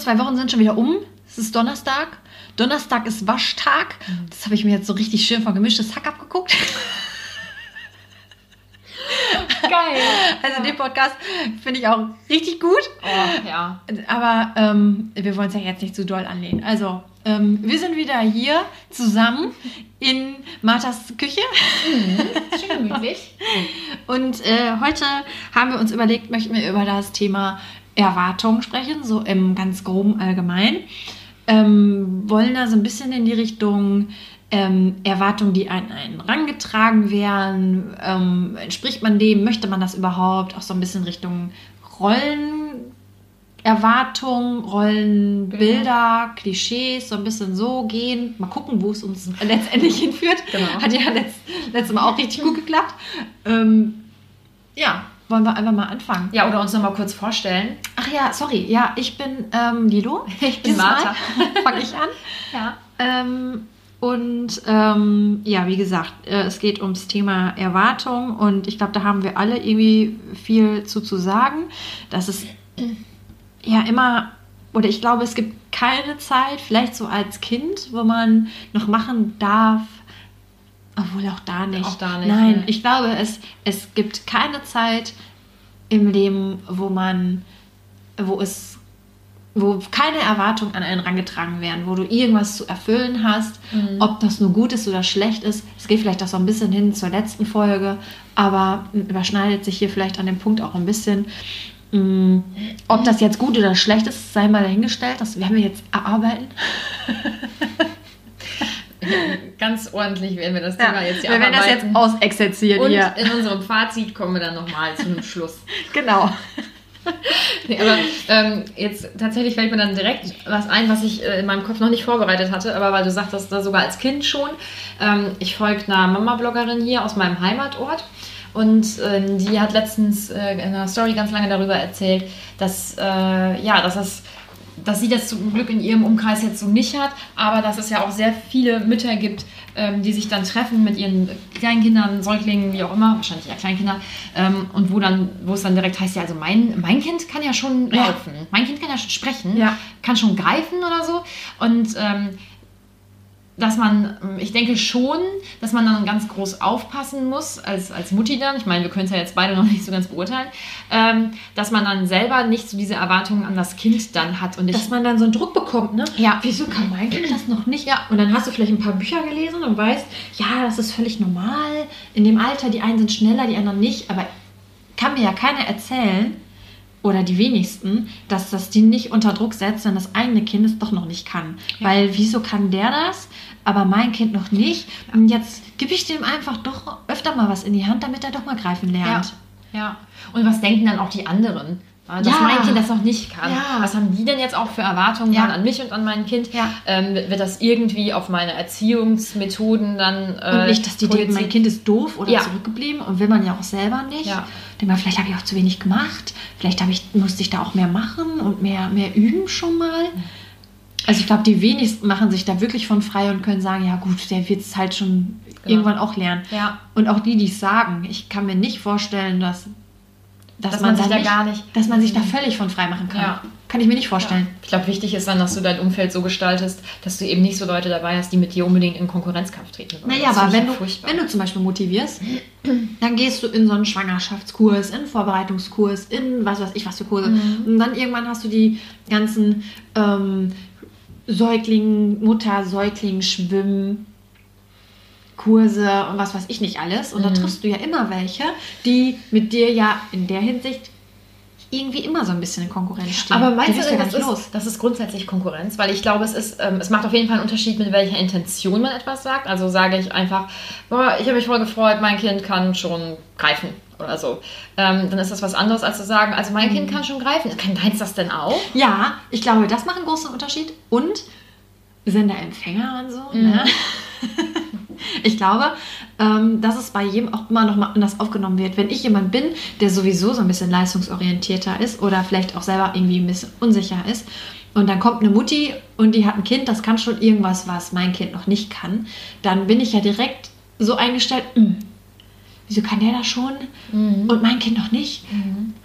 2 Wochen sind schon wieder um. Es ist Donnerstag. Donnerstag ist Waschtag. Das habe ich mir jetzt so richtig schön von Gemischtes Hack abgeguckt. Geil. Also den Podcast finde ich auch richtig gut. Oh, ja. Aber wir wollen es ja jetzt nicht zu doll anlehnen. Also wir sind wieder hier zusammen in Marthas Küche. Schön gemütlich. Und heute haben wir uns überlegt, möchten wir über das Thema Erwartungen sprechen, so im ganz groben Allgemein. Wollen da so ein bisschen in die Richtung Erwartungen, die an einen rangetragen werden. Entspricht man dem? Möchte man das überhaupt? Auch so ein bisschen Richtung Rollenerwartung, Rollenbilder, Klischees, so ein bisschen so gehen. Mal gucken, wo es uns letztendlich hinführt. Genau. Hat ja letztes Mal auch richtig gut geklappt. Ja, wollen wir einfach mal anfangen. Ja, oder uns nochmal kurz vorstellen. Ach ja, sorry. Ja, ich bin Lilo. Ich bin Martha. Fange ich an. Ja. Ja, wie gesagt, es geht ums Thema Erwartung und ich glaube, da haben wir alle irgendwie viel zu sagen. Das ist ja immer, oder ich glaube, es gibt keine Zeit, vielleicht so als Kind, wo man noch machen darf, obwohl auch da nicht. Auch da nicht. Nein, Ne. ich glaube, es gibt keine Zeit im Leben, wo keine Erwartungen an einen herangetragen werden, wo du irgendwas zu erfüllen hast, ob das nur gut ist oder schlecht ist. Es geht vielleicht auch so ein bisschen hin zur letzten Folge, aber überschneidet sich hier vielleicht an dem Punkt auch ein bisschen. Ob das jetzt gut oder schlecht ist, sei mal dahingestellt. Das werden wir jetzt erarbeiten. Ganz ordentlich werden wir das Thema jetzt hier wir werden das jetzt ausexerzieren und hier. in unserem Fazit kommen wir dann nochmal zu einem Schluss. Genau. Nee, aber jetzt tatsächlich fällt mir dann direkt was ein, was ich in meinem Kopf noch nicht vorbereitet hatte, aber weil du sagtest, da sogar als Kind schon. Ich folge einer Mama-Bloggerin hier aus meinem Heimatort und die hat letztens in einer Story ganz lange darüber erzählt, dass sie das zum Glück in ihrem Umkreis jetzt so nicht hat, aber dass es ja auch sehr viele Mütter gibt, die sich dann treffen mit ihren Kleinkindern, Säuglingen, wie auch immer, wahrscheinlich eher Kleinkinder, und wo es dann direkt heißt, ja, also mein Kind kann ja schon laufen, mein Kind kann ja schon sprechen, kann schon greifen oder so. Und ich denke schon, dass man dann ganz groß aufpassen muss, als Mutti dann, ich meine, wir können es ja jetzt beide noch nicht so ganz beurteilen, dass man dann selber nicht so diese Erwartungen an das Kind dann hat. Und dass man dann so einen Druck bekommt, ne? Ja. Wieso kann mein Kind das noch nicht? Ja. Und dann hast du vielleicht ein paar Bücher gelesen und weißt, ja, das ist völlig normal. In dem Alter, die einen sind schneller, die anderen nicht. Aber kann mir ja keiner erzählen, oder die wenigsten, dass das die nicht unter Druck setzt, wenn das eigene Kind es doch noch nicht kann. Ja. Weil wieso kann der das, aber mein Kind noch nicht? Und jetzt gebe ich dem einfach doch öfter mal was in die Hand, damit er doch mal greifen lernt. Ja. Und was denken dann auch die anderen? Dass mein Kind das noch nicht kann. Ja. Was haben die denn jetzt auch für Erwartungen dann an mich und an mein Kind? Ja. Wird das irgendwie auf meine Erziehungsmethoden dann und nicht, dass die denken, mein Kind ist doof oder zurückgeblieben und will man ja auch selber nicht. Ja. Denkt man, vielleicht habe ich auch zu wenig gemacht. Vielleicht musste ich da auch mehr machen und mehr üben schon mal. Also ich glaube, die wenigsten machen sich da wirklich von frei und können sagen, ja gut, der wird es halt schon irgendwann auch lernen. Ja. Und auch die es sagen, ich kann mir nicht vorstellen, dass man sich da völlig von frei machen kann. Ja. Kann ich mir nicht vorstellen. Ja. Ich glaube, wichtig ist dann, dass du dein Umfeld so gestaltest, dass du eben nicht so Leute dabei hast, die mit dir unbedingt in Konkurrenzkampf treten wollen. Naja, aber wenn du zum Beispiel motivierst, dann gehst du in so einen Schwangerschaftskurs, in einen Vorbereitungskurs, in was weiß ich was für Kurse. Und dann irgendwann hast du die ganzen Mutter-Säugling, Schwimmen, Kurse und was weiß ich nicht alles. Und da triffst du ja immer welche, die mit dir ja in der Hinsicht irgendwie immer so ein bisschen in Konkurrenz stehen. Aber meinst du denn, das ist grundsätzlich Konkurrenz? Weil ich glaube, es macht auf jeden Fall einen Unterschied, mit welcher Intention man etwas sagt. Also sage ich einfach, boah, ich habe mich voll gefreut, mein Kind kann schon greifen oder so. Dann ist das was anderes, als zu sagen, also mein Kind kann schon greifen. Kann deins das denn auch? Ja, ich glaube, das macht einen großen Unterschied. Und Sender-Empfänger und so, ne? Ich glaube, dass es bei jedem auch immer noch mal anders aufgenommen wird. Wenn ich jemand bin, der sowieso so ein bisschen leistungsorientierter ist oder vielleicht auch selber irgendwie ein bisschen unsicher ist und dann kommt eine Mutti und die hat ein Kind, das kann schon irgendwas, was mein Kind noch nicht kann, dann bin ich ja direkt so eingestellt, wieso kann der das schon und mein Kind noch nicht?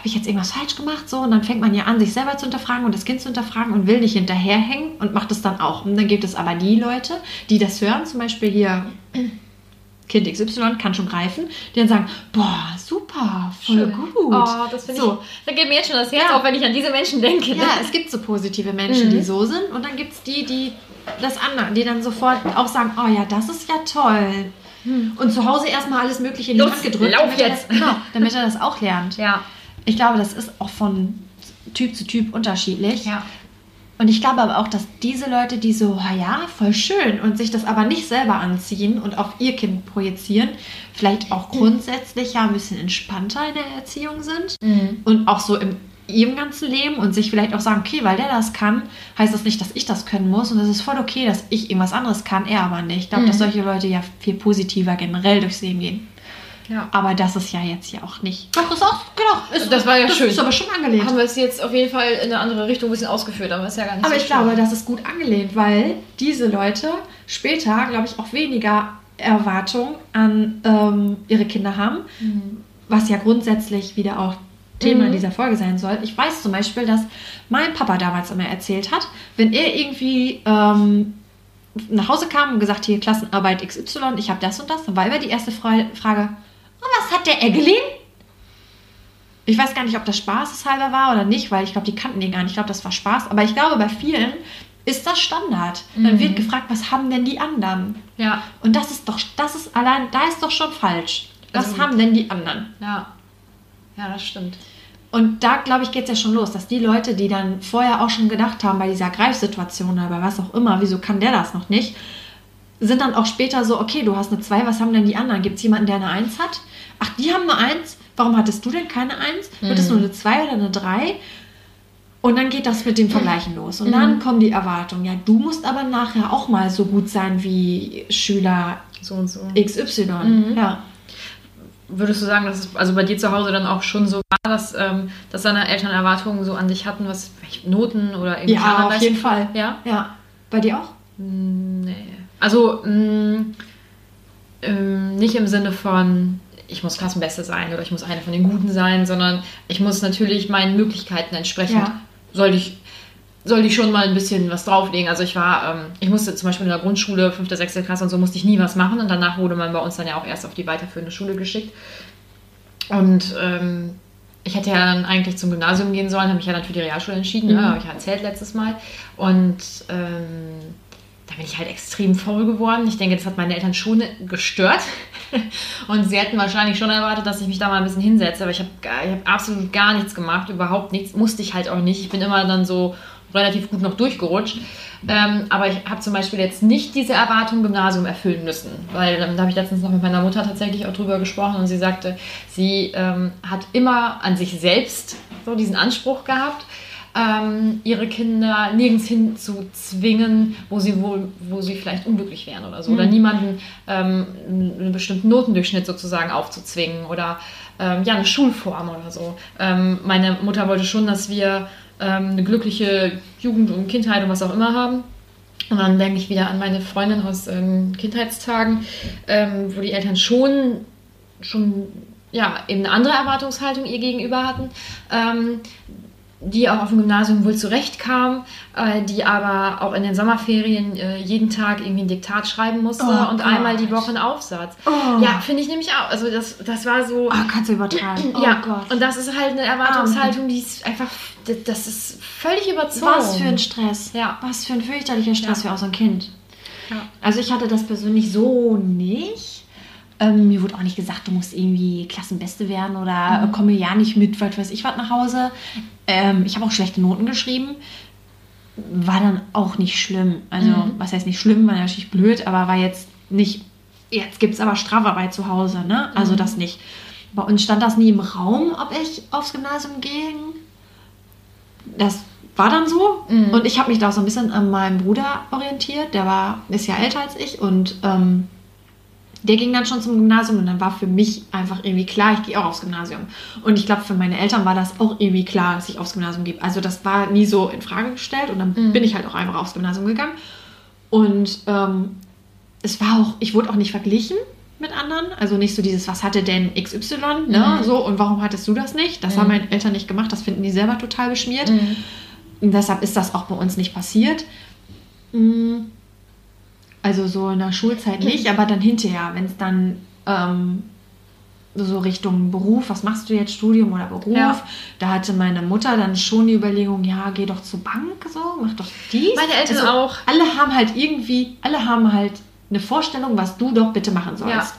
habe ich jetzt irgendwas falsch gemacht? So, und dann fängt man ja an, sich selber zu hinterfragen und das Kind zu hinterfragen und will nicht hinterherhängen und macht es dann auch. Und dann gibt es aber die Leute, die das hören, zum Beispiel hier Kind XY kann schon greifen, die dann sagen, boah, super, voll schön. Gut. Oh, das finde ich, da geht mir jetzt schon das Herz auf, wenn ich an diese Menschen denke. Ne? Ja, es gibt so positive Menschen, die so sind und dann gibt es die das andere, die dann sofort auch sagen, oh ja, das ist ja toll. Und zu Hause erstmal alles Mögliche in die Hand gedrückt, damit er das auch lernt. Ja. Ich glaube, das ist auch von Typ zu Typ unterschiedlich. Ja. Und ich glaube aber auch, dass diese Leute, die so, ja, voll schön und sich das aber nicht selber anziehen und auf ihr Kind projizieren, vielleicht auch grundsätzlich ja ein bisschen entspannter in der Erziehung sind und auch so in ihrem ganzen Leben und sich vielleicht auch sagen, okay, weil der das kann, heißt das nicht, dass ich das können muss und es ist voll okay, dass ich irgendwas anderes kann, er aber nicht. Ich glaube, dass solche Leute ja viel positiver generell durchs Leben gehen. Ja. Aber das ist ja jetzt ja auch nicht. Doch, ist auch, genau. Das war ja schön. Ist aber schon angelehnt. Haben wir es jetzt auf jeden Fall in eine andere Richtung ein bisschen ausgeführt, aber ist ja gar nicht aber so ich glaube, das ist gut angelehnt, weil diese Leute später, glaube ich, auch weniger Erwartung an ihre Kinder haben, was ja grundsätzlich wieder auch Thema dieser Folge sein soll. Ich weiß zum Beispiel, dass mein Papa damals immer erzählt hat, wenn er irgendwie nach Hause kam und gesagt, hier Klassenarbeit XY, ich habe das und das, dann war immer die erste Frage, was hat der Eggelin? Ich weiß gar nicht, ob das spaßeshalber war oder nicht, weil ich glaube, die kannten den gar nicht. Ich glaube, das war Spaß. Aber ich glaube, bei vielen ist das Standard. Dann wird gefragt, was haben denn die anderen? Ja. Und das ist allein, da ist doch schon falsch. Was haben denn die anderen? Ja. Ja, das stimmt. Und da, glaube ich, geht es ja schon los, dass die Leute, die dann vorher auch schon gedacht haben, bei dieser Greifsituation oder bei was auch immer, wieso kann der das noch nicht, sind dann auch später so, okay, du hast eine 2, was haben denn die anderen? Gibt es jemanden, der eine 1 hat? Ach, die haben eine 1, warum hattest du denn keine 1? Wird es nur eine 2 oder eine 3? Und dann geht das mit dem Vergleichen los. Und dann kommen die Erwartungen. Ja, du musst aber nachher auch mal so gut sein wie Schüler so und so. XY. Ja. Würdest du sagen, dass es also bei dir zu Hause dann auch schon so war, dass deine Eltern Erwartungen so an dich hatten, was Noten oder irgendwie Ja, auf jeden Fall. Ja? Ja. Bei dir auch? Nee. Also nicht im Sinne von, ich muss Klassenbeste sein oder ich muss eine von den Guten sein, sondern ich muss natürlich meinen Möglichkeiten entsprechend, sollte ich schon mal ein bisschen was drauflegen. Also ich musste zum Beispiel in der Grundschule, 5., 6. Klasse und so, musste ich nie was machen und danach wurde man bei uns dann ja auch erst auf die weiterführende Schule geschickt. Und ich hätte ja dann eigentlich zum Gymnasium gehen sollen, habe mich ja dann für die Realschule entschieden, habe ich ja erzählt letztes Mal. Und da bin ich halt extrem faul geworden. Ich denke, das hat meine Eltern schon gestört. Und sie hätten wahrscheinlich schon erwartet, dass ich mich da mal ein bisschen hinsetze. Aber ich habe absolut gar nichts gemacht, überhaupt nichts. Musste ich halt auch nicht. Ich bin immer dann so relativ gut noch durchgerutscht. Aber ich habe zum Beispiel jetzt nicht diese Erwartung Gymnasium erfüllen müssen. Weil da habe ich letztens noch mit meiner Mutter tatsächlich auch drüber gesprochen. Und sie sagte, sie hat immer an sich selbst so diesen Anspruch gehabt, ihre Kinder nirgends hin zu zwingen, wo sie vielleicht unglücklich wären oder so. Oder niemanden einen bestimmten Notendurchschnitt sozusagen aufzuzwingen oder eine Schulform oder so. Meine Mutter wollte schon, dass wir eine glückliche Jugend und Kindheit und was auch immer haben. Und dann denke ich wieder an meine Freundin aus Kindheitstagen, wo die Eltern schon ja, eben eine andere Erwartungshaltung ihr gegenüber hatten, die auch auf dem Gymnasium wohl zurechtkam, die aber auch in den Sommerferien jeden Tag irgendwie ein Diktat schreiben musste und einmal die Woche einen Aufsatz. Ja, finde ich nämlich auch. Also das war so... kannst du übertreiben. Ja, Gott. Und das ist halt eine Erwartungshaltung, die ist einfach... Das ist völlig überzogen. Was für ein Stress. Ja. Was für ein fürchterlicher Stress für auch so ein Kind. Ja. Also ich hatte das persönlich so nicht. Mir wurde auch nicht gesagt, du musst irgendwie Klassenbeste werden oder komme ja nicht mit, was weiß ich was nach Hause. Ich habe auch schlechte Noten geschrieben. War dann auch nicht schlimm. Also, was heißt nicht schlimm, war natürlich blöd, aber war jetzt nicht, jetzt gibt es aber Strafarbeit zu Hause, ne? Also das nicht. Bei uns stand das nie im Raum, ob ich aufs Gymnasium ging. Das war dann so. Und ich habe mich da so ein bisschen an meinem Bruder orientiert. Der ist ja älter als ich und der ging dann schon zum Gymnasium und dann war für mich einfach irgendwie klar, ich gehe auch aufs Gymnasium. Und ich glaube, für meine Eltern war das auch irgendwie klar, dass ich aufs Gymnasium gehe. Also das war nie so in Frage gestellt und dann bin ich halt auch einfach aufs Gymnasium gegangen. Und ich wurde auch nicht verglichen. mit anderen. Also nicht so dieses, was hatte denn XY, ne? So, und warum hattest du das nicht? Das haben meine Eltern nicht gemacht, das finden die selber total beschmiert. Und deshalb ist das auch bei uns nicht passiert. Also so in der Schulzeit nicht, aber dann hinterher, wenn es dann so Richtung Beruf, was machst du jetzt, Studium oder Beruf? Da hatte meine Mutter dann schon die Überlegung, ja, geh doch zur Bank, so, mach doch dies. Meine Eltern auch. Alle haben halt eine Vorstellung, was du doch bitte machen sollst. Ja.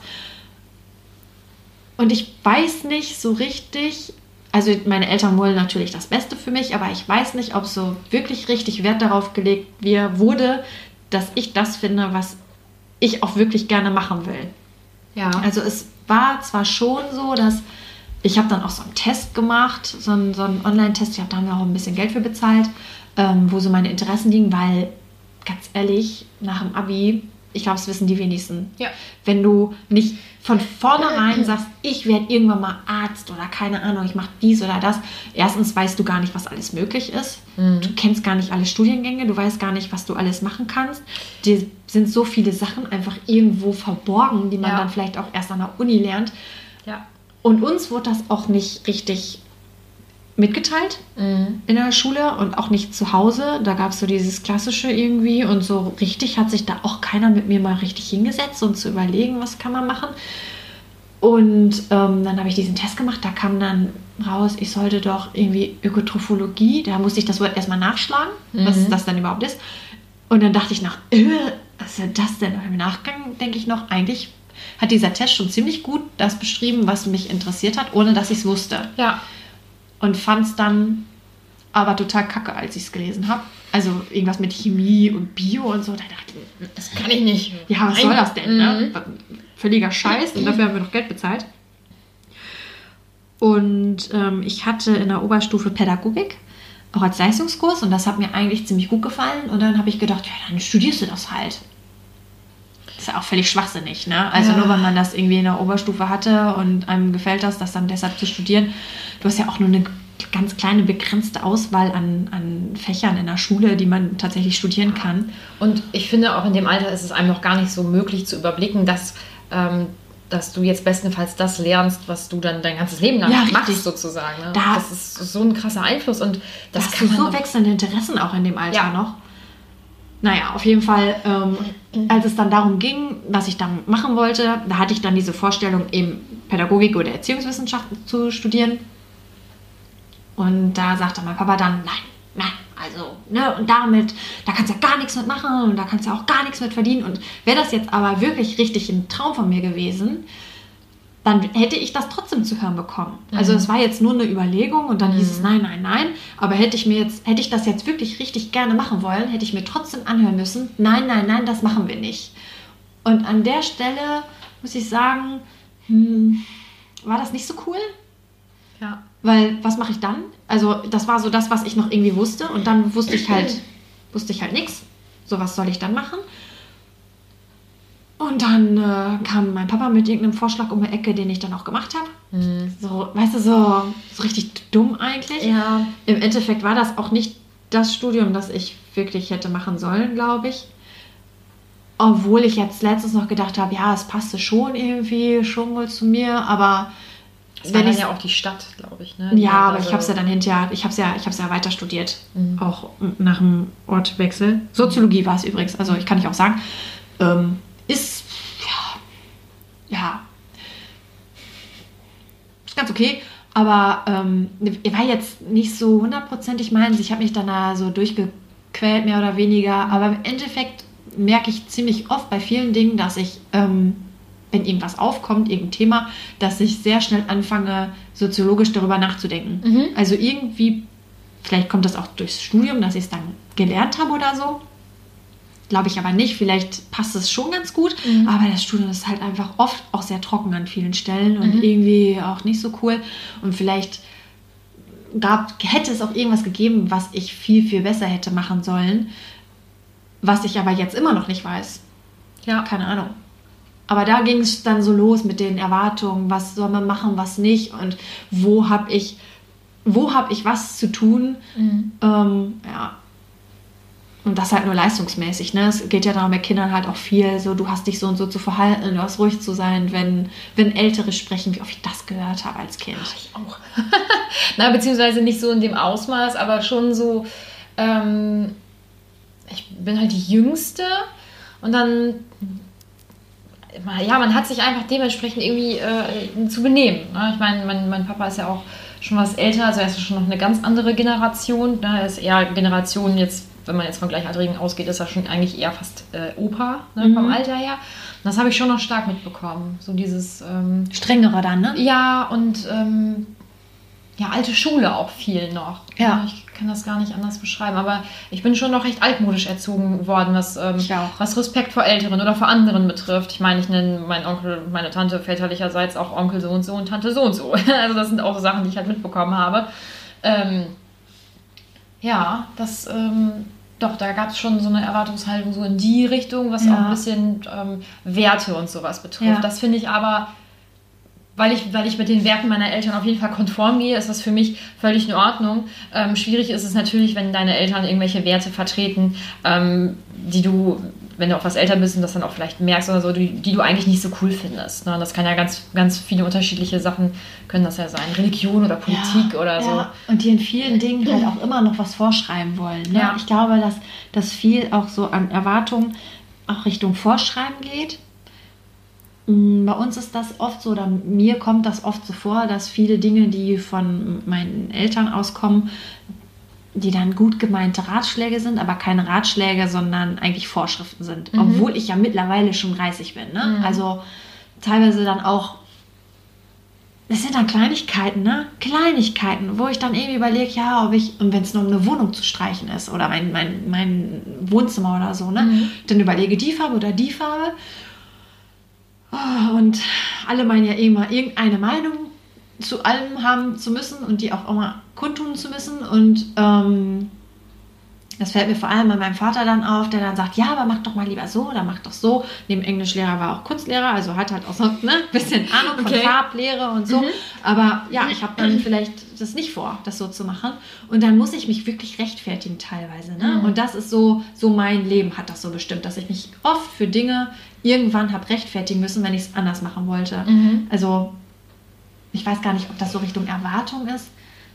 Und ich weiß nicht so richtig, also meine Eltern wollen natürlich das Beste für mich, aber ich weiß nicht, ob so wirklich richtig Wert darauf gelegt wurde, dass ich das finde, was ich auch wirklich gerne machen will. Ja. Also es war zwar schon so, dass ich habe dann auch so einen Test gemacht, so einen Online-Test, da haben wir auch ein bisschen Geld für bezahlt, wo so meine Interessen liegen, weil, ganz ehrlich, nach dem Abi, ich glaube, es wissen die wenigsten. Ja. Wenn du nicht von vornherein sagst, ich werde irgendwann mal Arzt oder keine Ahnung, ich mache dies oder das. Erstens weißt du gar nicht, was alles möglich ist. Du kennst gar nicht alle Studiengänge, du weißt gar nicht, was du alles machen kannst. Dir sind so viele Sachen einfach irgendwo verborgen, die man dann vielleicht auch erst an der Uni lernt. Ja. Und uns wurde das auch nicht richtig mitgeteilt in der Schule und auch nicht zu Hause. Da gab es so dieses Klassische irgendwie und so richtig hat sich da auch keiner mit mir mal richtig hingesetzt und zu überlegen, was kann man machen. Und dann habe ich diesen Test gemacht, da kam dann raus, ich sollte doch irgendwie Ökotrophologie, da musste ich das Wort erstmal nachschlagen, was das dann überhaupt ist. Und dann dachte ich was ist das denn? Und im Nachgang denke ich noch, eigentlich hat dieser Test schon ziemlich gut das beschrieben, was mich interessiert hat, ohne dass ich es wusste. Ja. Und fand es dann aber total kacke, als ich es gelesen habe. Also irgendwas mit Chemie und Bio und so. Da dachte ich, das kann ich nicht. Ja, was soll das denn? Ne? Völliger Scheiß. Und dafür haben wir noch Geld bezahlt. Und ich hatte in der Oberstufe Pädagogik, auch als Leistungskurs. Und das hat mir eigentlich ziemlich gut gefallen. Und dann habe ich gedacht, ja, dann studierst du das halt. Das ist ja auch völlig schwachsinnig, ne? Also nur, weil man das irgendwie in der Oberstufe hatte und einem gefällt das dann deshalb zu studieren. Du hast ja auch nur eine ganz kleine, begrenzte Auswahl an Fächern in der Schule, die man tatsächlich studieren kann. Und ich finde, auch in dem Alter ist es einem noch gar nicht so möglich zu überblicken, dass du jetzt bestenfalls das lernst, was du dann dein ganzes Leben lang machst, sozusagen. Ne? Das ist so ein krasser Einfluss. Und das kann so wechselnde Interessen auch in dem Alter noch. Naja, auf jeden Fall, als es dann darum ging, was ich dann machen wollte, da hatte ich dann diese Vorstellung, eben Pädagogik oder Erziehungswissenschaften zu studieren. Und da sagte mein Papa dann, nein, also, ne, und damit, da kannst du ja gar nichts mit machen und da kannst du ja auch gar nichts mit verdienen. Und wäre das jetzt aber wirklich richtig ein Traum von mir gewesen, dann hätte ich das trotzdem zu hören bekommen. Also es war jetzt nur eine Überlegung und dann hieß es nein. Aber hätte ich das jetzt wirklich richtig gerne machen wollen, hätte ich mir trotzdem anhören müssen, nein, das machen wir nicht. Und an der Stelle muss ich sagen, war das nicht so cool. Ja. Weil, was mache ich dann? Also das war so das, was ich noch irgendwie wusste und dann wusste ich halt nichts. So, was soll ich dann machen? Und dann kam mein Papa mit irgendeinem Vorschlag um die Ecke, den ich dann auch gemacht habe. So, weißt du, so richtig dumm eigentlich. Ja. Im Endeffekt war das auch nicht das Studium, das ich wirklich hätte machen sollen, glaube ich. Obwohl ich jetzt letztens noch gedacht habe, ja, es passte schon irgendwie schon wohl zu mir, aber das war dann ja auch die Stadt, glaube ich. Ne? Ja, aber ich habe es ja dann hinterher, ich habe es ja weiter studiert, auch nach dem Ortwechsel. Soziologie war es übrigens, also ich kann nicht auch sagen, ist ganz okay, aber war jetzt nicht so 100%ig meins. Ich habe mich dann da so durchgequält, mehr oder weniger, aber im Endeffekt merke ich ziemlich oft bei vielen Dingen, dass ich, wenn irgendwas aufkommt, irgendein Thema, dass ich sehr schnell anfange, soziologisch darüber nachzudenken. Also irgendwie, vielleicht kommt das auch durchs Studium, dass ich es dann gelernt habe oder so. Glaube ich aber nicht. Vielleicht passt es schon ganz gut, aber das Studium ist halt einfach oft auch sehr trocken an vielen Stellen und irgendwie auch nicht so cool. Und vielleicht hätte es auch irgendwas gegeben, was ich viel, viel besser hätte machen sollen, was ich aber jetzt immer noch nicht weiß. Ja. Keine Ahnung. Aber da ging es dann so los mit den Erwartungen, was soll man machen, was nicht und wo hab ich was zu tun. Ja. Und das halt nur leistungsmäßig. Ne? Es geht ja darum, bei Kindern halt auch viel so, du hast dich so und so zu verhalten, du hast ruhig zu sein, wenn Ältere sprechen, wie oft ich das gehört habe als Kind. Ach, ich auch. Na, beziehungsweise nicht so in dem Ausmaß, aber schon so, ich bin halt die Jüngste und dann, ja, man hat sich einfach dementsprechend irgendwie zu benehmen. Ne? Ich meine, mein Papa ist ja auch schon was älter, also er ist schon noch eine ganz andere Generation. Ne? Er ist eher Generation jetzt, wenn man jetzt von Gleichaltrigen ausgeht, ist er schon eigentlich eher fast Opa, ne, vom Alter her. Und das habe ich schon noch stark mitbekommen. So dieses... Strengere dann, ne? Ja, und ja, alte Schule auch viel noch. Ja. Ich kann das gar nicht anders beschreiben, aber ich bin schon noch recht altmodisch erzogen worden, was Respekt vor Älteren oder vor anderen betrifft. Ich meine, ich nenne meinen Onkel, meine Tante väterlicherseits auch Onkel so und so und Tante so und so. Also das sind auch so Sachen, die ich halt mitbekommen habe. Ja, das... Doch, da gab es schon so eine Erwartungshaltung so in die Richtung, was auch ein bisschen Werte und sowas betrifft. Ja. Das finde ich aber, weil ich mit den Werten meiner Eltern auf jeden Fall konform gehe, ist das für mich völlig in Ordnung. Schwierig ist es natürlich, wenn deine Eltern irgendwelche Werte vertreten, die du, wenn du auch was älter bist und das dann auch vielleicht merkst oder so, die du eigentlich nicht so cool findest. Ne? Das kann ja ganz, ganz viele unterschiedliche Sachen, können das ja sein. Religion oder Politik oder so. Und die in vielen Dingen halt auch immer noch was vorschreiben wollen. Ne? Ja. Ich glaube, dass viel auch so an Erwartungen auch Richtung Vorschreiben geht. Bei uns ist das oft so, oder mir kommt das oft so vor, dass viele Dinge, die von meinen Eltern auskommen, die dann gut gemeinte Ratschläge sind, aber keine Ratschläge, sondern eigentlich Vorschriften sind. Obwohl ich ja mittlerweile schon 30 bin. Ne? Also teilweise dann auch, das sind dann Kleinigkeiten, ne? Kleinigkeiten, wo ich dann irgendwie überlege, ja, ob ich, und wenn es nur um eine Wohnung zu streichen ist oder mein Wohnzimmer oder so, ne? Dann überlege die Farbe oder die Farbe. Oh, und alle meinen ja immer irgendeine Meinung zu allem haben zu müssen und die auch immer kundtun zu müssen. Und das fällt mir vor allem bei meinem Vater dann auf, der dann sagt, ja, aber mach doch mal lieber so oder mach doch so. Neben Englischlehrer war auch Kunstlehrer, also hat halt auch so ein bisschen Ahnung von Farblehre und so. Aber ja, ich habe dann vielleicht das nicht vor, das so zu machen. Und dann muss ich mich wirklich rechtfertigen teilweise. Ne? Und das ist so mein Leben hat das so bestimmt, dass ich mich oft für Dinge irgendwann habe rechtfertigen müssen, wenn ich es anders machen wollte. Also ich weiß gar nicht, ob das so Richtung Erwartung ist.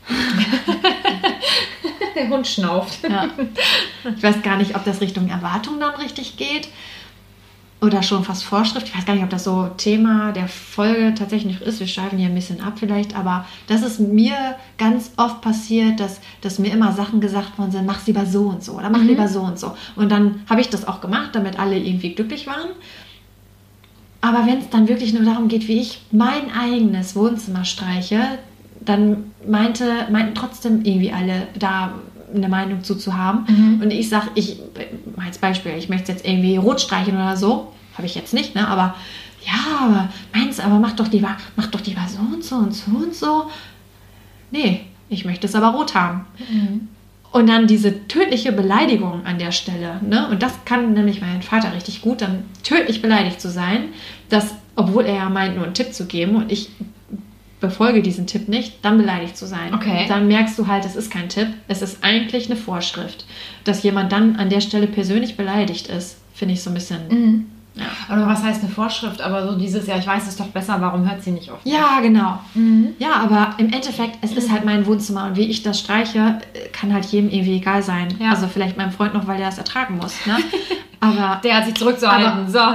Der Hund schnauft. Ja. Ich weiß gar nicht, ob das Richtung Erwartung dann richtig geht oder schon fast Vorschrift. Ich weiß gar nicht, ob das so Thema der Folge tatsächlich ist. Wir schreiben hier ein bisschen ab vielleicht, aber das ist mir ganz oft passiert, dass mir immer Sachen gesagt worden sind, mach lieber so und so oder mach lieber so und so. Und dann habe ich das auch gemacht, damit alle irgendwie glücklich waren. Aber wenn es dann wirklich nur darum geht, wie ich mein eigenes Wohnzimmer streiche, dann meinten trotzdem irgendwie alle da eine Meinung zu haben. Und ich sage, als Beispiel, ich möchte jetzt irgendwie rot streichen oder so, habe ich jetzt nicht, ne? Aber ja, aber mach doch lieber so und so und so und so. Nee, ich möchte es aber rot haben. Und dann diese tödliche Beleidigung an der Stelle, ne? Und das kann nämlich mein Vater richtig gut, dann tödlich beleidigt zu sein, dass, obwohl er ja meint, nur einen Tipp zu geben und ich befolge diesen Tipp nicht, dann beleidigt zu sein. Okay. Dann merkst du halt, es ist kein Tipp, es ist eigentlich eine Vorschrift. Dass jemand dann an der Stelle persönlich beleidigt ist, finde ich so ein bisschen... Ja. Oder was heißt eine Vorschrift? Aber so dieses, ja, ich weiß es doch besser, warum hört sie nicht auf mich? Ja, genau. Ja, aber im Endeffekt, es ist halt mein Wohnzimmer und wie ich das streiche, kann halt jedem irgendwie egal sein. Ja. Also vielleicht meinem Freund noch, weil der das ertragen muss. Ne? Aber der hat sich zurückzuhalten. So.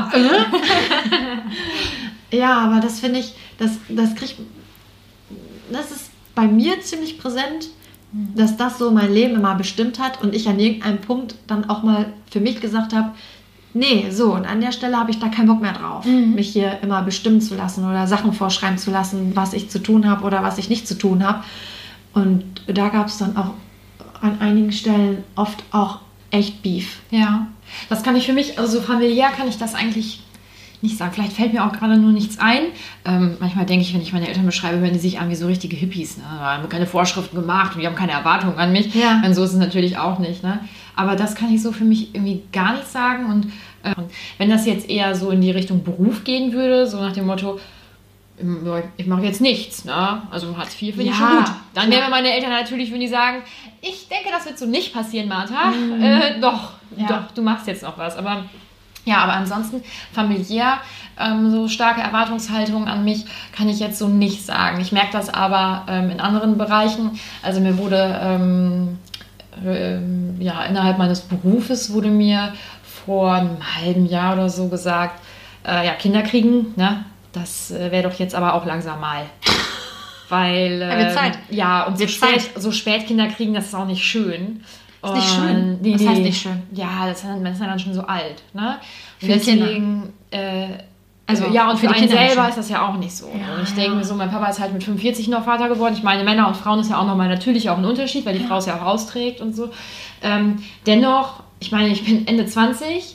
Ja, aber das finde ich, das ist bei mir ziemlich präsent, dass das so mein Leben immer bestimmt hat und ich an irgendeinem Punkt dann auch mal für mich gesagt habe, nee, so, und an der Stelle habe ich da keinen Bock mehr drauf, mich hier immer bestimmen zu lassen oder Sachen vorschreiben zu lassen, was ich zu tun habe oder was ich nicht zu tun habe. Und da gab es dann auch an einigen Stellen oft auch echt Beef. Ja, das kann ich für mich, also so familiär kann ich das eigentlich nicht sagen. Vielleicht fällt mir auch gerade nur nichts ein. Manchmal denke ich, wenn ich meine Eltern beschreibe, hören die sich an wie so richtige Hippies. Ne? Da haben wir keine Vorschriften gemacht und die haben keine Erwartungen an mich. Ja. Und so ist es natürlich auch nicht. Ne? Aber das kann ich so für mich irgendwie gar nicht sagen. Und wenn das jetzt eher so in die Richtung Beruf gehen würde, so nach dem Motto, ich mache jetzt nichts, ne? Also Hartz IV finde ich schon gut. Dann wären meine Eltern natürlich, wenn die sagen, ich denke, das wird so nicht passieren, Martha. Doch, doch, du machst jetzt noch was. Aber ansonsten familiär, so starke Erwartungshaltung an mich kann ich jetzt so nicht sagen. Ich merke das aber in anderen Bereichen. Also mir wurde innerhalb meines Berufes wurde mir vor einem halben Jahr oder so gesagt, Kinder kriegen, ne? Das wäre doch jetzt aber auch langsam mal. Weil, wird Zeit. Ja, und so spät Kinder kriegen, das ist auch nicht schön. Ist nicht schön? Nee, das heißt nicht schön. Ja, das ist dann schon so alt. Ne? Und deswegen, und für einen selber ist das ja auch nicht so. Ja, und ich denke mir so, mein Papa ist halt mit 45 noch Vater geworden. Ich meine, Männer und Frauen ist ja auch nochmal natürlich auch ein Unterschied, weil die Frau es ja auch austrägt und so. Dennoch, ich meine, ich bin Ende 20.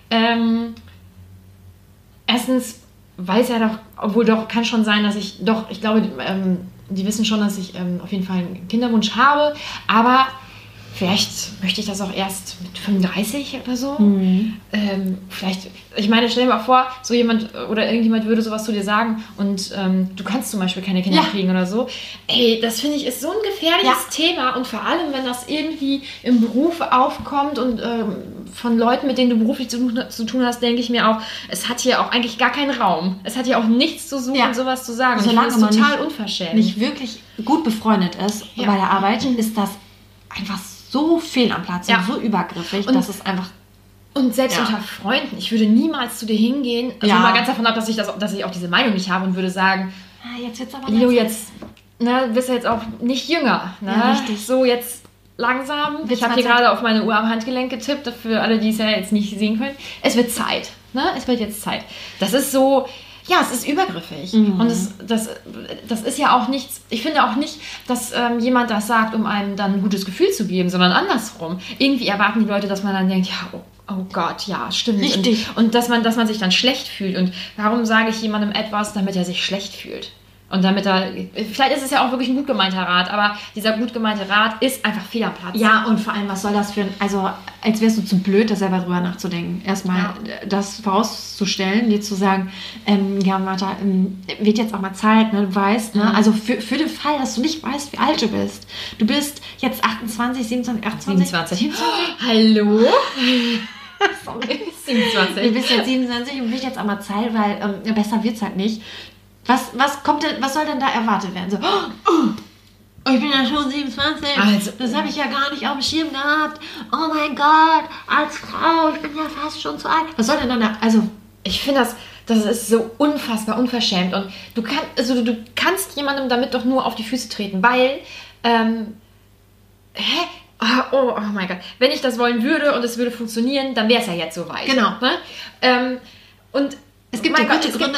Erstens weiß ja doch, kann schon sein, dass ich glaube, die wissen schon, dass ich auf jeden Fall einen Kinderwunsch habe, aber vielleicht möchte ich das auch erst mit 35 oder so. Vielleicht, ich meine, stell dir mal vor, so jemand oder irgendjemand würde sowas zu dir sagen und du kannst zum Beispiel keine Kinder kriegen oder so. Ey, das finde ich ist so ein gefährliches Thema und vor allem, wenn das irgendwie im Beruf aufkommt und von Leuten, mit denen du beruflich zu tun hast, denke ich mir auch, es hat hier auch eigentlich gar keinen Raum. Es hat hier auch nichts zu suchen, sowas zu sagen. Solange man total unverschämt. Nicht wirklich gut befreundet ist bei der Arbeit, ist das einfach so fehl am Platz und so übergriffig, dass es einfach... Und selbst unter Freunden, ich würde niemals zu dir hingehen, also mal ganz davon ab, dass ich auch diese Meinung nicht habe und würde sagen, jetzt wird's aber bist du jetzt auch nicht jünger. Ne? Ja, richtig. So jetzt langsam. Ich habe hier gerade auf meine Uhr am Handgelenk getippt, für alle, die es ja jetzt nicht sehen können. Es wird Zeit. Ne? Es wird jetzt Zeit. Das ist so... Ja, es ist übergriffig. Und das ist ja auch nichts, ich finde auch nicht, dass jemand das sagt, um einem dann ein gutes Gefühl zu geben, sondern andersrum. Irgendwie erwarten die Leute, dass man dann denkt, ja, oh Gott, ja, stimmt. Richtig. Und dass man sich dann schlecht fühlt. Und warum sage ich jemandem etwas, damit er sich schlecht fühlt? Und damit vielleicht ist es ja auch wirklich ein gut gemeinter Rat, aber dieser gut gemeinte Rat ist einfach fehl am Platz. Ja, und vor allem, was soll das als wärst du zu blöd, da selber drüber nachzudenken. Erstmal das vorauszustellen, dir zu sagen, Martha, wird jetzt auch mal Zeit, ne, du weißt, ne, also für den Fall, dass du nicht weißt, wie alt du bist. Du bist jetzt 28, 27, 28? 27. Hallo? Sorry. 27. Du bist jetzt 27 und wird jetzt auch mal Zeit, weil besser wird's halt nicht. Was soll denn da erwartet werden? So, ich bin ja schon 27, das habe ich ja gar nicht auf dem Schirm gehabt. Oh mein Gott, als Frau, ich bin ja fast schon zu alt. Was soll denn dann da, ich finde das ist so unfassbar unverschämt und du kannst jemandem damit doch nur auf die Füße treten, weil, oh mein Gott, wenn ich das wollen würde und es würde funktionieren, dann wäre es ja jetzt soweit. Genau. Ne? Und es gibt gute Gründe,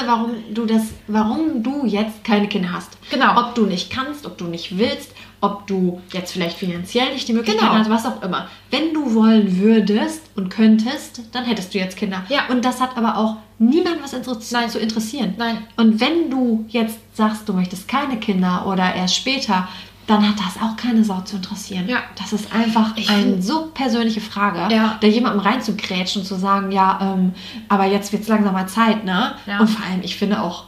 warum du jetzt keine Kinder hast. Genau. Ob du nicht kannst, ob du nicht willst, ob du jetzt vielleicht finanziell nicht die Möglichkeit hast, was auch immer. Wenn du wollen würdest und könntest, dann hättest du jetzt Kinder. Ja. Und das hat aber auch niemand was zu interessieren. Nein. Und wenn du jetzt sagst, du möchtest keine Kinder oder erst später, dann hat das auch keine Sau zu interessieren. Ja. Das ist einfach eine so persönliche Frage, da jemandem reinzugrätschen und zu sagen, aber jetzt wird es langsam mal Zeit, ne? Ja. Und vor allem, ich finde auch,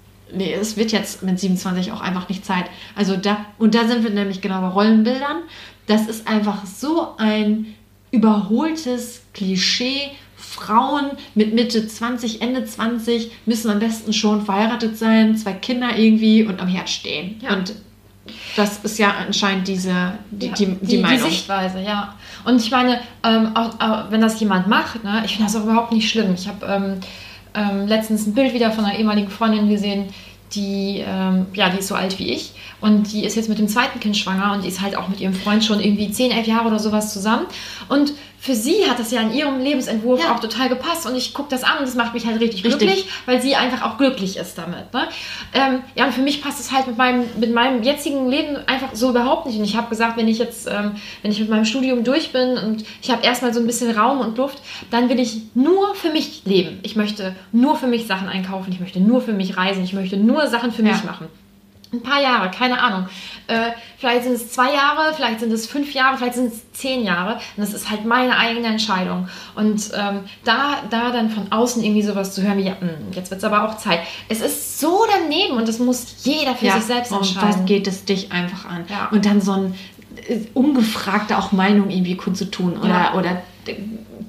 es wird jetzt mit 27 auch einfach nicht Zeit. Also da sind wir nämlich genau bei Rollenbildern. Das ist einfach so ein überholtes Klischee. Frauen mit Mitte 20, Ende 20 müssen am besten schon verheiratet sein, 2 Kinder irgendwie und am Herd stehen. Ja. Und das ist ja anscheinend die Meinung. Die Sichtweise, ja. Und ich meine, auch wenn das jemand macht, ne, ich finde das auch überhaupt nicht schlimm. Ich habe letztens ein Bild wieder von einer ehemaligen Freundin gesehen, die ist so alt wie ich und die ist jetzt mit dem 2. Kind schwanger und die ist halt auch mit ihrem Freund schon irgendwie 10, 11 Jahre oder sowas zusammen und für sie hat das ja in ihrem Lebensentwurf auch total gepasst und ich gucke das an und das macht mich halt richtig glücklich, weil sie einfach auch glücklich ist damit. Ne? Und für mich passt es halt mit meinem jetzigen Leben einfach so überhaupt nicht und ich habe gesagt, wenn ich mit meinem Studium durch bin und ich habe erstmal so ein bisschen Raum und Luft, dann will ich nur für mich leben. Ich möchte nur für mich Sachen einkaufen, ich möchte nur für mich reisen, ich möchte nur Sachen für mich machen. Ein paar Jahre, keine Ahnung. Vielleicht sind es 2 Jahre, vielleicht sind es 5 Jahre, vielleicht sind es 10 Jahre. Und das ist halt meine eigene Entscheidung. Und da dann von außen irgendwie sowas zu hören wie, jetzt wird es aber auch Zeit. Es ist so daneben und das muss jeder für sich selbst entscheiden. Und was geht es dich einfach an? Ja. Und dann so ein ungefragte auch Meinung irgendwie kundzutun oder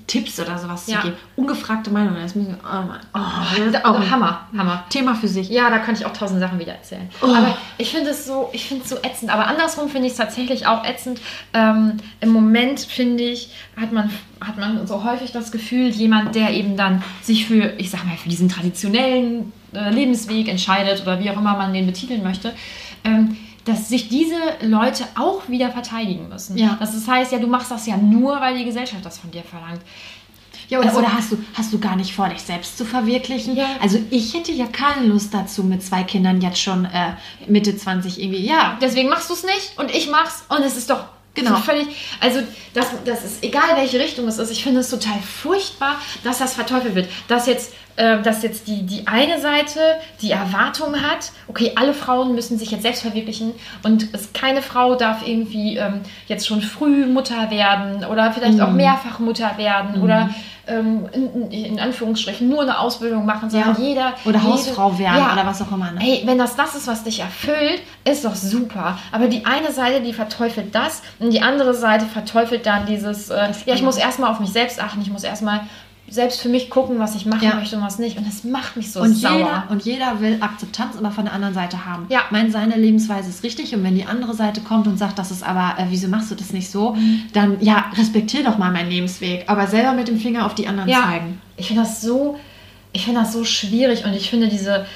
Tipps oder sowas zu geben. Ungefragte Meinung, das müssen wir, Hammer. Thema für sich. Ja, da könnte ich auch 1000 Sachen wieder erzählen. Aber ich finde es so ätzend. Aber andersrum finde ich es tatsächlich auch ätzend. Im Moment, finde ich, hat man so häufig das Gefühl, jemand, der eben dann sich für diesen traditionellen Lebensweg entscheidet oder wie auch immer man den betiteln möchte, dass sich diese Leute auch wieder verteidigen müssen. Ja. Das heißt ja, du machst das ja nur, weil die Gesellschaft das von dir verlangt. Ja, oder hast du gar nicht vor, dich selbst zu verwirklichen? Ja. Also ich hätte ja keine Lust dazu, mit 2 Kindern jetzt schon Mitte 20 irgendwie, Deswegen machst du es nicht und ich mach's und es ist doch genau. völlig, also das ist egal, welche Richtung es ist. Ich finde es total furchtbar, dass das verteufelt wird. Dass jetzt die eine Seite die Erwartung hat, okay, alle Frauen müssen sich jetzt selbst verwirklichen und keine Frau darf irgendwie jetzt schon früh Mutter werden oder vielleicht auch mehrfach Mutter werden oder in Anführungsstrichen nur eine Ausbildung machen, sondern oder Hausfrau werden oder was auch immer. Ne? Hey, wenn das ist, was dich erfüllt, ist doch super. Aber die eine Seite, die verteufelt das und die andere Seite verteufelt dann dieses, ich muss erstmal auf mich selbst achten, ich muss erstmal selbst für mich gucken, was ich machen möchte und was nicht. Und das macht mich so sauer. Und jeder will Akzeptanz aber von der anderen Seite haben. Ja. Seine Lebensweise ist richtig und wenn die andere Seite kommt und sagt, das ist aber, wieso machst du das nicht so, dann respektier doch mal meinen Lebensweg, aber selber mit dem Finger auf die anderen zeigen. Ich finde das so schwierig und ich finde diese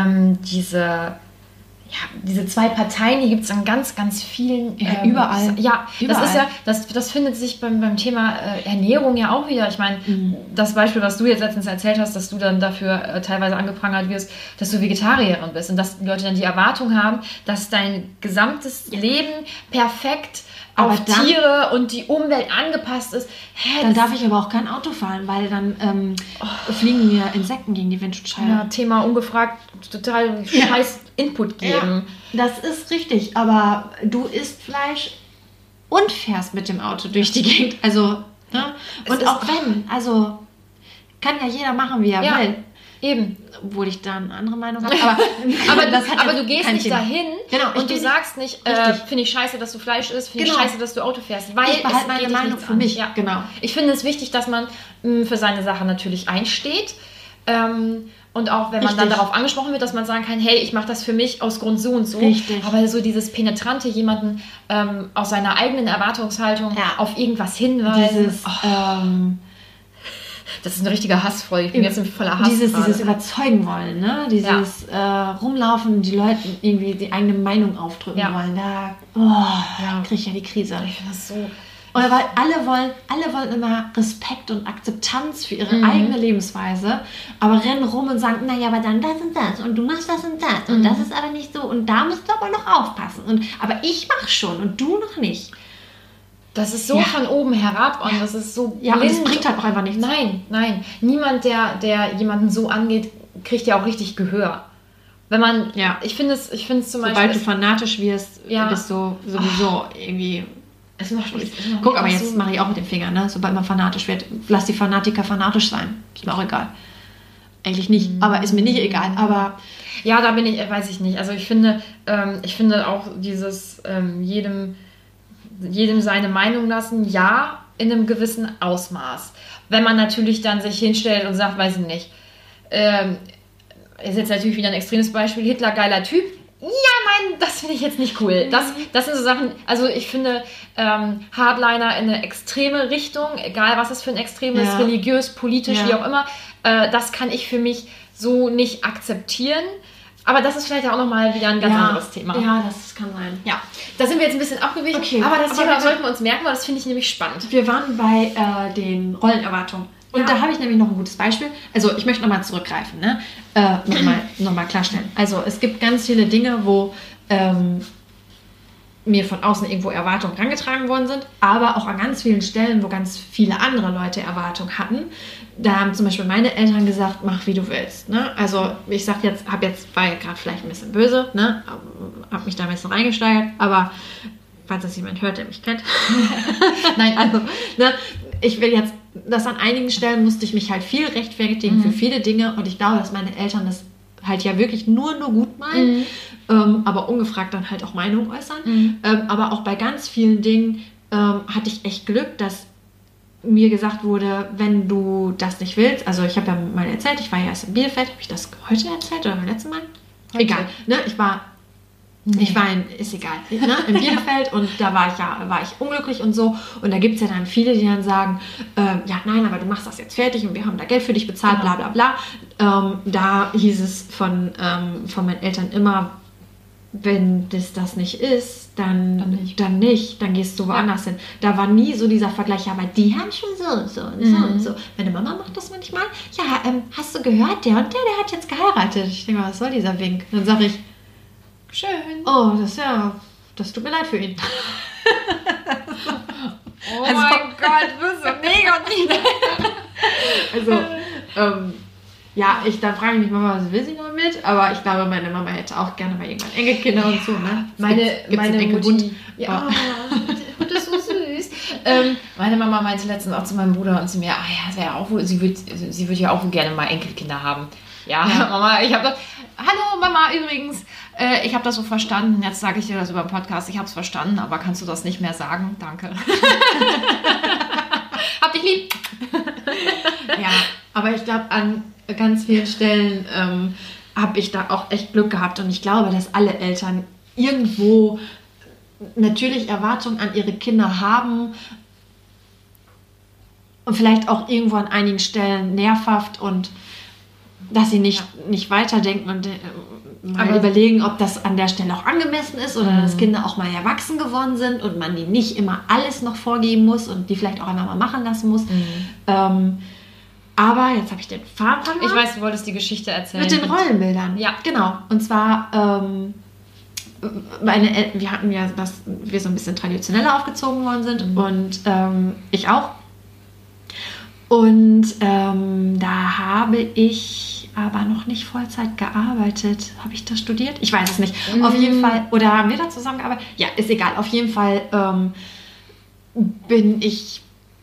2 Parteien, die gibt es an ganz, ganz vielen... überall. Ja, überall. Das findet sich beim Thema Ernährung ja auch wieder. Ich meine, das Beispiel, was du jetzt letztens erzählt hast, dass du dann dafür teilweise angeprangert wirst, dass du Vegetarierin bist und dass die Leute dann die Erwartung haben, dass dein gesamtes Leben perfekt auf Tiere und die Umwelt angepasst ist. Dann darf ich aber auch kein Auto fahren, weil dann fliegen mir Insekten gegen die Windschutzscheibe. Ja, Thema ungefragt, total scheiß Input geben. Ja, das ist richtig, aber du isst Fleisch und fährst mit dem Auto durch die Gegend. Also, ne? Und auch also kann ja jeder machen, wie er will. Eben. Obwohl ich da eine andere Meinung habe. Aber du gehst nicht dahin und du sagst nicht, finde ich scheiße, dass du Fleisch isst, finde ich scheiße, dass du Auto fährst. Weil ich behalte meine Meinung für mich. Ja. Genau. Ich finde es wichtig, dass man für seine Sache natürlich einsteht. Und auch wenn man dann darauf angesprochen wird, dass man sagen kann, hey, ich mache das für mich aus Grund so und so. Richtig. Aber so dieses Penetrante, jemanden aus seiner eigenen Erwartungshaltung auf irgendwas hinweisen. Das ist eine richtige Hassfolge. Ich bin jetzt voller Hass. Dieses Überzeugen wollen, ne? Dieses Rumlaufen, die Leute irgendwie die eigene Meinung aufdrücken wollen. Da kriege ich ja die Krise. Ich finde das so... Oder weil alle wollen immer Respekt und Akzeptanz für ihre eigene Lebensweise, aber rennen rum und sagen, naja, aber dann das und das und du machst das und das und das ist aber nicht so und da musst du aber noch aufpassen. Aber ich mach schon und du noch nicht. Das ist so von oben herab und das ist so blind. Ja, und das bringt halt auch einfach nichts. Nein. Niemand, der jemanden so angeht, kriegt ja auch richtig Gehör. Wenn man, ich finde es zum Beispiel... Sobald du fanatisch wirst, bist du sowieso irgendwie... Guck, aber jetzt mache ich auch mit dem Finger, ne? Sobald man fanatisch wird, lass die Fanatiker fanatisch sein. Ist mir auch egal. Eigentlich nicht, aber ist mir nicht egal. Aber ja, da bin ich, weiß ich nicht. Also ich finde auch dieses jedem seine Meinung lassen, in einem gewissen Ausmaß. Wenn man natürlich dann sich hinstellt und sagt, weiß ich nicht, ist jetzt natürlich wieder ein extremes Beispiel, Hitler, geiler Typ. Ja, nein, das finde ich jetzt nicht cool. Das sind so Sachen, also ich finde Hardliner in eine extreme Richtung, egal was es für ein Extrem ist, religiös, politisch, wie auch immer, das kann ich für mich so nicht akzeptieren. Aber das ist vielleicht auch nochmal wieder ein ganz anderes Thema. Ja, das kann sein. Ja, da sind wir jetzt ein bisschen abgewichen, okay, aber das Thema sollten wir uns merken, weil das finde ich nämlich spannend. Wir waren bei den Rollenerwartungen. Und da habe ich nämlich noch ein gutes Beispiel. Also ich möchte nochmal zurückgreifen, ne? Nochmal klarstellen. Also es gibt ganz viele Dinge, wo mir von außen irgendwo Erwartungen herangetragen worden sind, aber auch an ganz vielen Stellen, wo ganz viele andere Leute Erwartungen hatten. Da haben zum Beispiel meine Eltern gesagt, mach wie du willst. Ne? Also ich war gerade vielleicht ein bisschen böse, ne? Habe mich da jetzt noch eingesteigert, aber falls das jemand hört, der mich kennt. Nein, also ne? Ich will jetzt, dass an einigen Stellen musste ich mich halt viel rechtfertigen für viele Dinge und ich glaube, dass meine Eltern das halt ja wirklich nur gut meinen, aber ungefragt dann halt auch Meinung äußern. Aber auch bei ganz vielen Dingen hatte ich echt Glück, dass mir gesagt wurde, wenn du das nicht willst, also ich habe ja mal erzählt, ich war ja erst in Bielefeld, habe ich das heute erzählt oder beim letzten Mal? Heute. Egal, ne? Ist egal, ne? In Bielefeld und da war ich unglücklich und so. Und da gibt es ja dann viele, die dann sagen, ja, nein, aber du machst das jetzt fertig und wir haben da Geld für dich bezahlt, bla bla bla. Da hieß es von meinen Eltern immer, wenn das nicht ist, dann gehst du woanders hin. Da war nie so dieser Vergleich, ja, aber die haben schon so und so und so und so. Meine Mama macht das manchmal. Ja, hast du gehört, der und der hat jetzt geheiratet. Ich denke mal, was soll dieser Wink? Dann sage ich, schön. Oh, das tut mir leid für ihn. Oh also, mein Gott, du bist so negativ. Also, dann frage ich mich Mama, was will sie damit? Aber ich glaube, meine Mama hätte auch gerne mal irgendwann Enkelkinder und so, ne? Meine Mutti. Ja, das ist so süß. Meine Mama meinte letztens auch zu meinem Bruder und zu mir, es wäre auch wohl, sie würde ja auch gerne mal Enkelkinder haben. Ja, Mama, ich habe das. Hallo Mama, übrigens, ich habe das so verstanden. Jetzt sage ich dir das über den Podcast. Ich habe es verstanden, aber kannst du das nicht mehr sagen? Danke. Hab dich lieb. Ja, aber ich glaube, an ganz vielen Stellen habe ich da auch echt Glück gehabt. Und ich glaube, dass alle Eltern irgendwo natürlich Erwartungen an ihre Kinder haben und vielleicht auch irgendwo an einigen Stellen nervhaft und dass sie nicht weiterdenken und mal überlegen, ob das an der Stelle auch angemessen ist oder dass Kinder auch mal erwachsen geworden sind und man die nicht immer alles noch vorgeben muss und die vielleicht auch einmal mal machen lassen muss. Aber jetzt habe ich den Faden verloren. Ich weiß, du wolltest die Geschichte erzählen. Mit den Rollenbildern. Ja. Genau. Und zwar, wir hatten ja, dass wir so ein bisschen traditioneller aufgezogen worden sind und ich auch. Und da habe ich aber noch nicht Vollzeit gearbeitet. Habe ich da studiert? Ich weiß es nicht. Auf jeden Fall, oder haben wir da zusammengearbeitet? Ja, ist egal. Auf jeden Fall bin ich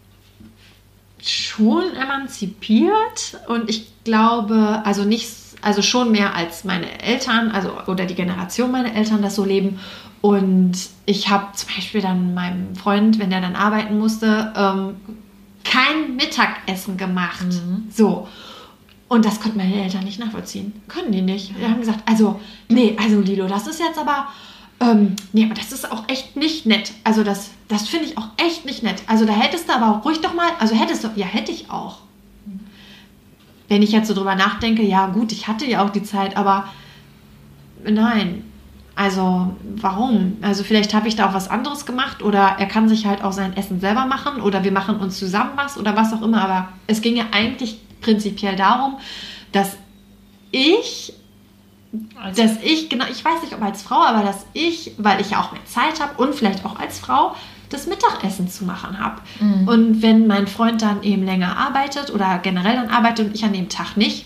schon emanzipiert und ich glaube, also schon mehr als meine Eltern, oder die Generation meiner Eltern das so leben. Und ich habe zum Beispiel dann meinem Freund, wenn der dann arbeiten musste, kein Mittagessen gemacht. So. Und das konnten meine Eltern nicht nachvollziehen. Können die nicht. Die haben gesagt, also Lilo, das ist jetzt aber, aber das ist auch echt nicht nett. Also das finde ich auch echt nicht nett. Also da hättest du aber ruhig doch mal, hätte ich auch. Wenn ich jetzt so drüber nachdenke, ja gut, ich hatte ja auch die Zeit, aber nein. Also warum? Also vielleicht habe ich da auch was anderes gemacht oder er kann sich halt auch sein Essen selber machen oder wir machen uns zusammen was oder was auch immer. Aber es ging ja eigentlich prinzipiell darum, dass ich, genau, ich weiß nicht, ob als Frau, aber dass ich, weil ich ja auch mehr Zeit habe und vielleicht auch als Frau, das Mittagessen zu machen habe. Und wenn mein Freund dann eben länger arbeitet oder generell dann arbeitet und ich an dem Tag nicht,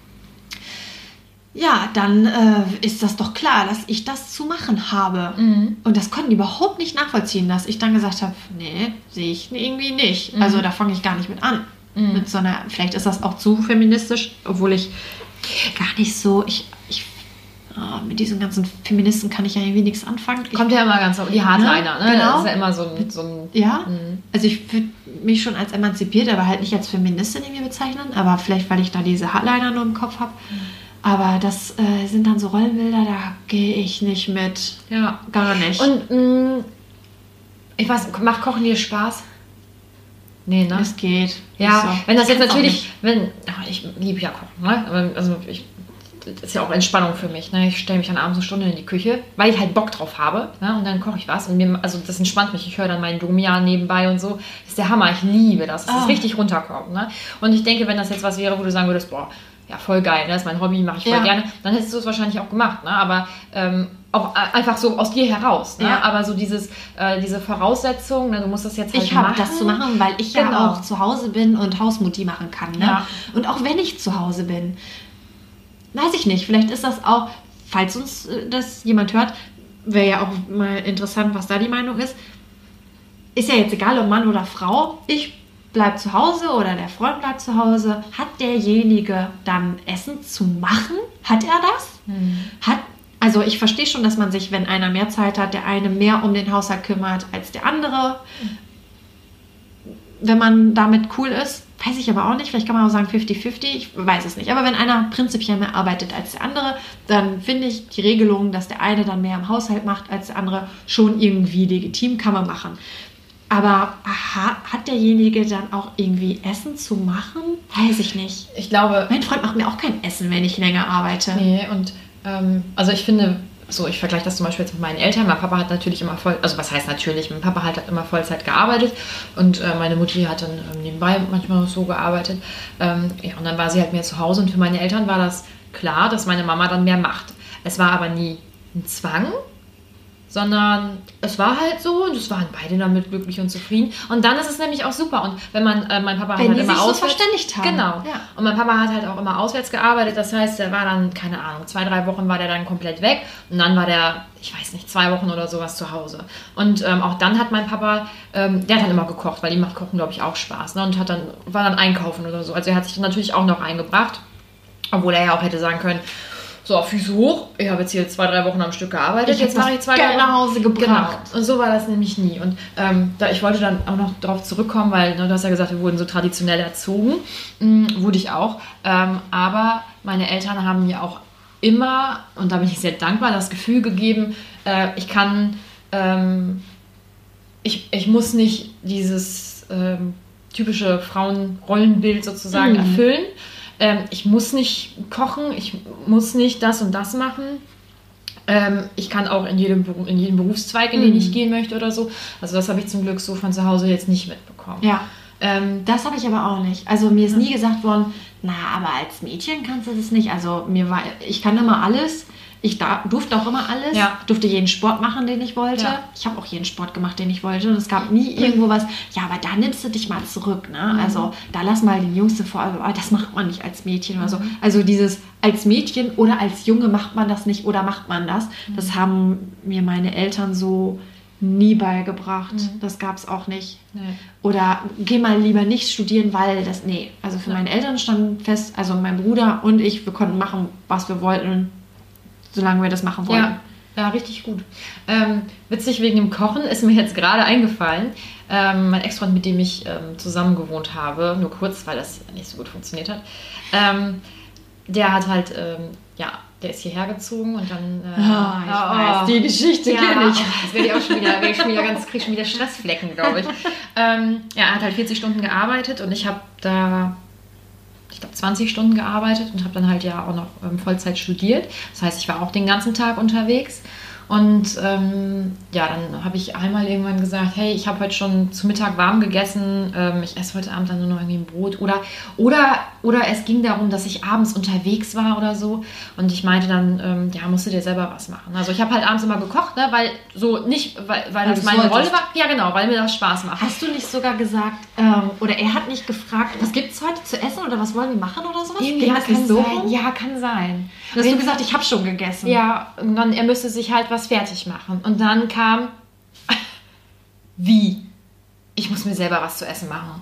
ja, dann ist das doch klar, dass ich das zu machen habe. Und das konnten die überhaupt nicht nachvollziehen, dass ich dann gesagt habe, nee, sehe ich irgendwie nicht. Also da fange ich gar nicht mit an. Mit so einer, vielleicht ist das auch zu feministisch, obwohl ich gar nicht so, mit diesen ganzen Feministen kann ich ja irgendwie nichts anfangen. Kommt ja immer ganz so, die Hardliner, ne? Genau. Das ist ja immer so ein ja, also ich würde mich schon als emanzipiert, aber halt nicht als Feministin irgendwie bezeichnen, aber vielleicht, weil ich da diese Hardliner nur im Kopf habe. Aber das sind dann so Rollenbilder, da gehe ich nicht mit. Ja. Gar nicht. Und ich weiß, macht Kochen dir Spaß? Nee, ne? Es geht. Ja, so. Wenn das jetzt natürlich, ich liebe ja Kochen, ne? Also das ist ja auch Entspannung für mich, ne? Ich stelle mich dann abends eine Stunde in die Küche, weil ich halt Bock drauf habe, ne? Und dann koche ich was und das entspannt mich. Ich höre dann meinen Domian nebenbei und so. Das ist der Hammer, ich liebe das. Das ist richtig runterkommen, ne? Und ich denke, wenn das jetzt was wäre, wo du sagen würdest, boah, ja, voll geil, ne? Das ist mein Hobby, mache ich voll gerne, dann hättest du es wahrscheinlich auch gemacht, ne? Aber auch einfach so aus dir heraus, ne? Ja. Aber so diese Voraussetzung, ne? Du musst das jetzt halt machen. Ich habe das zu machen, weil ich ja auch zu Hause bin und Hausmutti machen kann, ne? Ja. Und auch wenn ich zu Hause bin, weiß ich nicht, vielleicht ist das auch, falls uns das jemand hört, wäre ja auch mal interessant, was da die Meinung ist. Ist ja jetzt egal, ob Mann oder Frau, ich bleibt zu Hause oder der Freund bleibt zu Hause, hat derjenige dann Essen zu machen? Hat er das? Also ich verstehe schon, dass man sich, wenn einer mehr Zeit hat, der eine mehr um den Haushalt kümmert als der andere. wenn man damit cool ist, weiß ich aber auch nicht, vielleicht kann man auch sagen 50-50, ich weiß es nicht. Aber wenn einer prinzipiell mehr arbeitet als der andere, dann finde ich die Regelung, dass der eine dann mehr im Haushalt macht als der andere, schon irgendwie legitim, kann man machen. Aber hat derjenige dann auch irgendwie Essen zu machen? Weiß ich nicht. Ich glaube... Mein Freund macht mir auch kein Essen, wenn ich länger arbeite. Nee, und also ich finde... So, ich vergleiche das zum Beispiel jetzt mit meinen Eltern. Mein Papa hat natürlich immer also was heißt natürlich? Mein Papa hat immer Vollzeit gearbeitet und meine Mutti hat dann nebenbei manchmal so gearbeitet. Und dann war sie halt mehr zu Hause und für meine Eltern war das klar, dass meine Mama dann mehr macht. Es war aber nie ein Zwang, sondern es war halt so und es waren beide damit glücklich und zufrieden. Und dann ist es nämlich auch super. Und wenn mein Papa hat halt immer auswärts... verständigt haben. Genau. Ja. Und mein Papa hat halt auch immer auswärts gearbeitet. Das heißt, der war dann, keine Ahnung, 2-3 Wochen war der dann komplett weg. Und dann war der, ich weiß nicht, 2 Wochen oder sowas zu Hause. Und auch dann hat mein Papa, der hat dann immer gekocht, weil ihm macht Kochen, glaube ich, auch Spaß. Ne? Und war dann einkaufen oder so. Also er hat sich dann natürlich auch noch eingebracht. Obwohl er ja auch hätte sagen können, so, Füße hoch, ich habe jetzt hier 2-3 Wochen am Stück gearbeitet, jetzt mache ich 2 Wochen nach Hause gebracht. Genau. Und so war das nämlich nie. Und ich wollte dann auch noch darauf zurückkommen, weil du hast ja gesagt, wir wurden so traditionell erzogen. Wurde ich auch. Aber meine Eltern haben mir auch immer, und da bin ich sehr dankbar, das Gefühl gegeben, ich kann, ich muss nicht dieses typische Frauenrollenbild sozusagen erfüllen. Ich muss nicht kochen, ich muss nicht das und das machen. Ich kann auch in jedem Berufszweig, in den ich gehen möchte oder so. Also das habe ich zum Glück so von zu Hause jetzt nicht mitbekommen. Ja, das habe ich aber auch nicht. Also mir ist nie gesagt worden, na, aber als Mädchen kannst du das nicht. Also ich kann immer alles. Ich durfte auch immer alles. Ja. Durfte jeden Sport machen, den ich wollte. Ja. Ich habe auch jeden Sport gemacht, den ich wollte. Und es gab nie irgendwo was, ja, aber da nimmst du dich mal zurück. Ne? Also da lass mal den Jungs vor, aber das macht man nicht als Mädchen oder so. Also dieses als Mädchen oder als Junge macht man das nicht oder macht man das. Das haben mir meine Eltern so nie beigebracht. Das gab es auch nicht. Nee. Oder geh mal lieber nicht studieren, weil das, nee. Also für meine Eltern stand fest, also mein Bruder und ich, wir konnten machen, was wir wollten, solange wir das machen wollen. Ja, richtig gut. Witzig wegen dem Kochen ist mir jetzt gerade eingefallen. Mein Ex-Freund, mit dem ich zusammen gewohnt habe, nur kurz, weil das nicht so gut funktioniert hat, der hat halt, der ist hierher gezogen und dann... ich weiß, die Geschichte kenne ich. Das werde ich auch schon wieder, kriege schon wieder Stressflecken, glaube ich. Er hat halt 40 Stunden gearbeitet und ich habe da... ich glaube 20 Stunden gearbeitet und habe dann halt ja auch noch Vollzeit studiert. Das heißt, ich war auch den ganzen Tag unterwegs. Und dann habe ich einmal irgendwann gesagt, hey, ich habe heute schon zu Mittag warm gegessen, ich esse heute Abend dann nur noch irgendwie ein Brot. Oder es ging darum, dass ich abends unterwegs war oder so. Und ich meinte dann, musst du dir selber was machen. Also ich habe halt abends immer gekocht, ne, weil das meine Rolle war. Ja, genau, weil mir das Spaß macht. Hast du nicht sogar gesagt, oder er hat nicht gefragt, was gibt es heute zu essen oder was wollen wir machen oder sowas? Ja, kann so sein. Ja, kann sein. Und hast du gesagt, ich habe schon gegessen. Ja, und dann, er müsste sich halt was fertig machen. Und dann kam, wie? Ich muss mir selber was zu essen machen.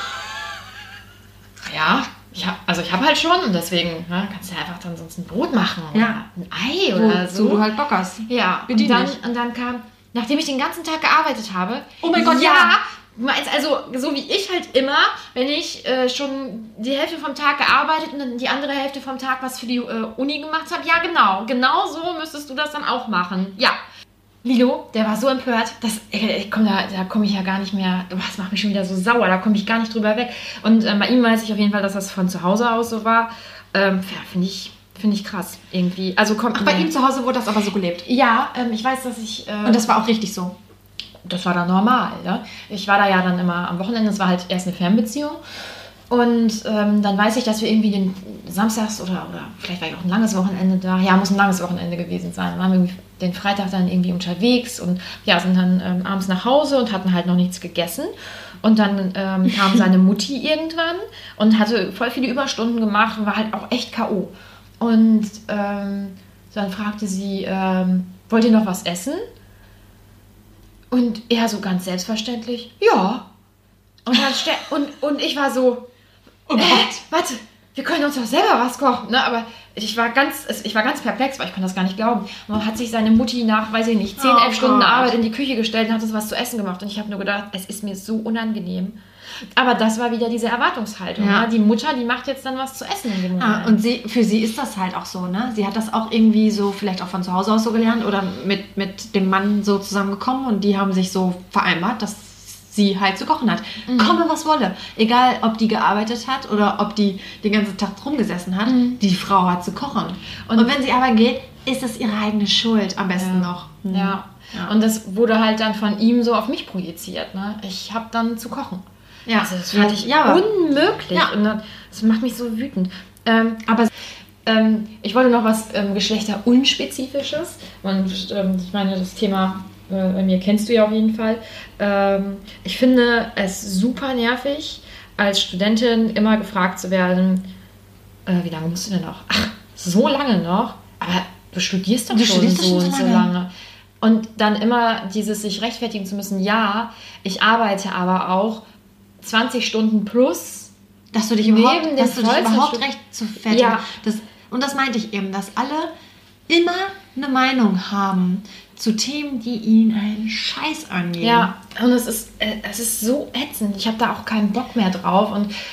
Ja, ich habe halt schon und deswegen kannst du ja einfach dann sonst ein Brot machen oder ein Ei oder so. Wo du halt Bock hast. Ja, und dann kam, nachdem ich den ganzen Tag gearbeitet habe, oh mein Gott, ja. Also so wie ich halt immer, wenn ich schon die Hälfte vom Tag gearbeitet und dann die andere Hälfte vom Tag was für die Uni gemacht habe, ja genau so müsstest du das dann auch machen. Ja, Lilo, der war so empört, da komme ich ja gar nicht mehr, das macht mich schon wieder so sauer, da komme ich gar nicht drüber weg. Und bei ihm weiß ich auf jeden Fall, dass das von zu Hause aus so war. Finde ich krass irgendwie. Also bei ihm zu Hause wurde das aber so gelebt? Ja, ich weiß, dass ich... und das war auch richtig so? Das war dann normal. Ne? Ich war da ja dann immer am Wochenende, es war halt erst eine Fernbeziehung. Und dann weiß ich, dass wir irgendwie den Samstags oder vielleicht war ich auch ein langes Wochenende da. Ja, muss ein langes Wochenende gewesen sein. Dann waren wir den Freitag dann irgendwie unterwegs und sind dann abends nach Hause und hatten halt noch nichts gegessen. Und dann kam seine Mutti irgendwann und hatte voll viele Überstunden gemacht und war halt auch echt K.O. Und dann fragte sie, wollt ihr noch was essen? Und er so ganz selbstverständlich, ja. Und dann ich war so, warte, wir können uns doch selber was kochen. Ne? Aber ich war ganz perplex, weil ich konnte das gar nicht glauben. Und dann hat sich seine Mutti nach, weiß ich nicht, 10, 11 Stunden Arbeit in die Küche gestellt und hat uns was zu essen gemacht. Und ich habe nur gedacht, es ist mir so unangenehm. Aber das war wieder diese Erwartungshaltung. Ja. Die Mutter, die macht jetzt dann was zu essen in dem Moment. Und für sie ist das halt auch so, ne? Sie hat das auch irgendwie so, vielleicht auch von zu Hause aus so gelernt oder mit dem Mann so zusammengekommen und die haben sich so vereinbart, dass sie halt zu kochen hat. Komme, was wolle. Egal, ob die gearbeitet hat oder ob die den ganzen Tag rumgesessen hat, die Frau hat zu kochen. Und wenn sie aber geht, ist es ihre eigene Schuld, am besten noch. Ja. Und das wurde halt dann von ihm so auf mich projiziert. Ne? Ich habe dann zu kochen. Ja. Also das fand ich unmöglich. Ja. Und das macht mich so wütend. Aber ich wollte noch was Geschlechterunsspezifisches. Und ich meine, das Thema bei mir kennst du ja auf jeden Fall. Ich finde es super nervig, als Studentin immer gefragt zu werden, wie lange musst du denn noch? Ach, so lange noch? Aber du studierst doch schon so und so lange. Und dann immer dieses sich rechtfertigen zu müssen, ja, ich arbeite aber auch 20 Stunden plus. Dass du dich überhaupt recht zu fertigen. Ja. Und das meinte ich eben, dass alle immer eine Meinung haben zu Themen, die ihnen einen Scheiß angehen. Ja, und es ist so ätzend. Ich habe da auch keinen Bock mehr drauf.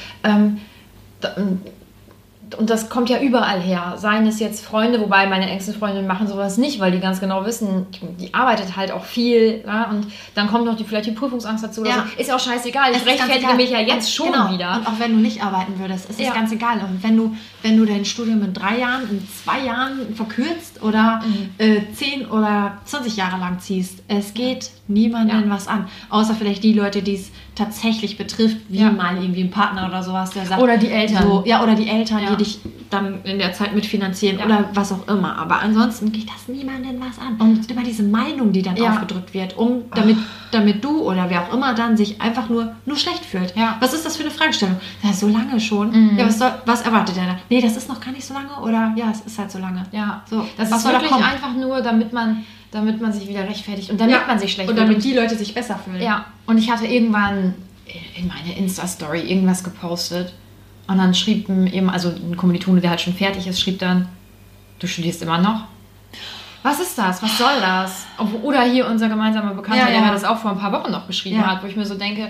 Und das kommt ja überall her. Seien es jetzt Freunde, wobei meine engsten Freundinnen machen sowas nicht, weil die ganz genau wissen, die arbeitet halt auch viel. Ja, und dann kommt noch vielleicht die Prüfungsangst dazu. Oder so. Ist ja auch scheißegal. Ich rechtfertige mich ja jetzt schon wieder. Und auch wenn du nicht arbeiten würdest, ist es ganz egal. Und wenn du dein Studium in 3 Jahren, in 2 Jahren verkürzt oder 10 oder 20 Jahre lang ziehst, es geht niemandem was an. Außer vielleicht die Leute, die es tatsächlich betrifft, wie mal irgendwie ein Partner oder sowas, der sagt... Oder die Eltern. So, oder die Eltern, die dich dann in der Zeit mitfinanzieren oder was auch immer. Aber ansonsten geht das niemandem was an. Und es ist immer diese Meinung, die dann aufgedrückt wird, damit du oder wer auch immer dann sich einfach nur schlecht fühlt. Ja. Was ist das für eine Fragestellung? Ja, so lange schon. Ja, was erwartet der da? Nee, das ist noch gar nicht so lange oder ja, es ist halt so lange. Ja, so, das ist wirklich einfach nur, damit man sich wieder rechtfertigt und damit man sich schlecht fühlt. Und damit die Leute sich besser fühlen. Ja, und ich hatte irgendwann in meine Insta-Story irgendwas gepostet und dann schrieb eben, also ein Kommilitone, der halt schon fertig ist, schrieb dann, du studierst immer noch? Was ist das? Was soll das? Oder hier unser gemeinsamer Bekannter, der das auch vor ein paar Wochen noch geschrieben hat, wo ich mir so denke,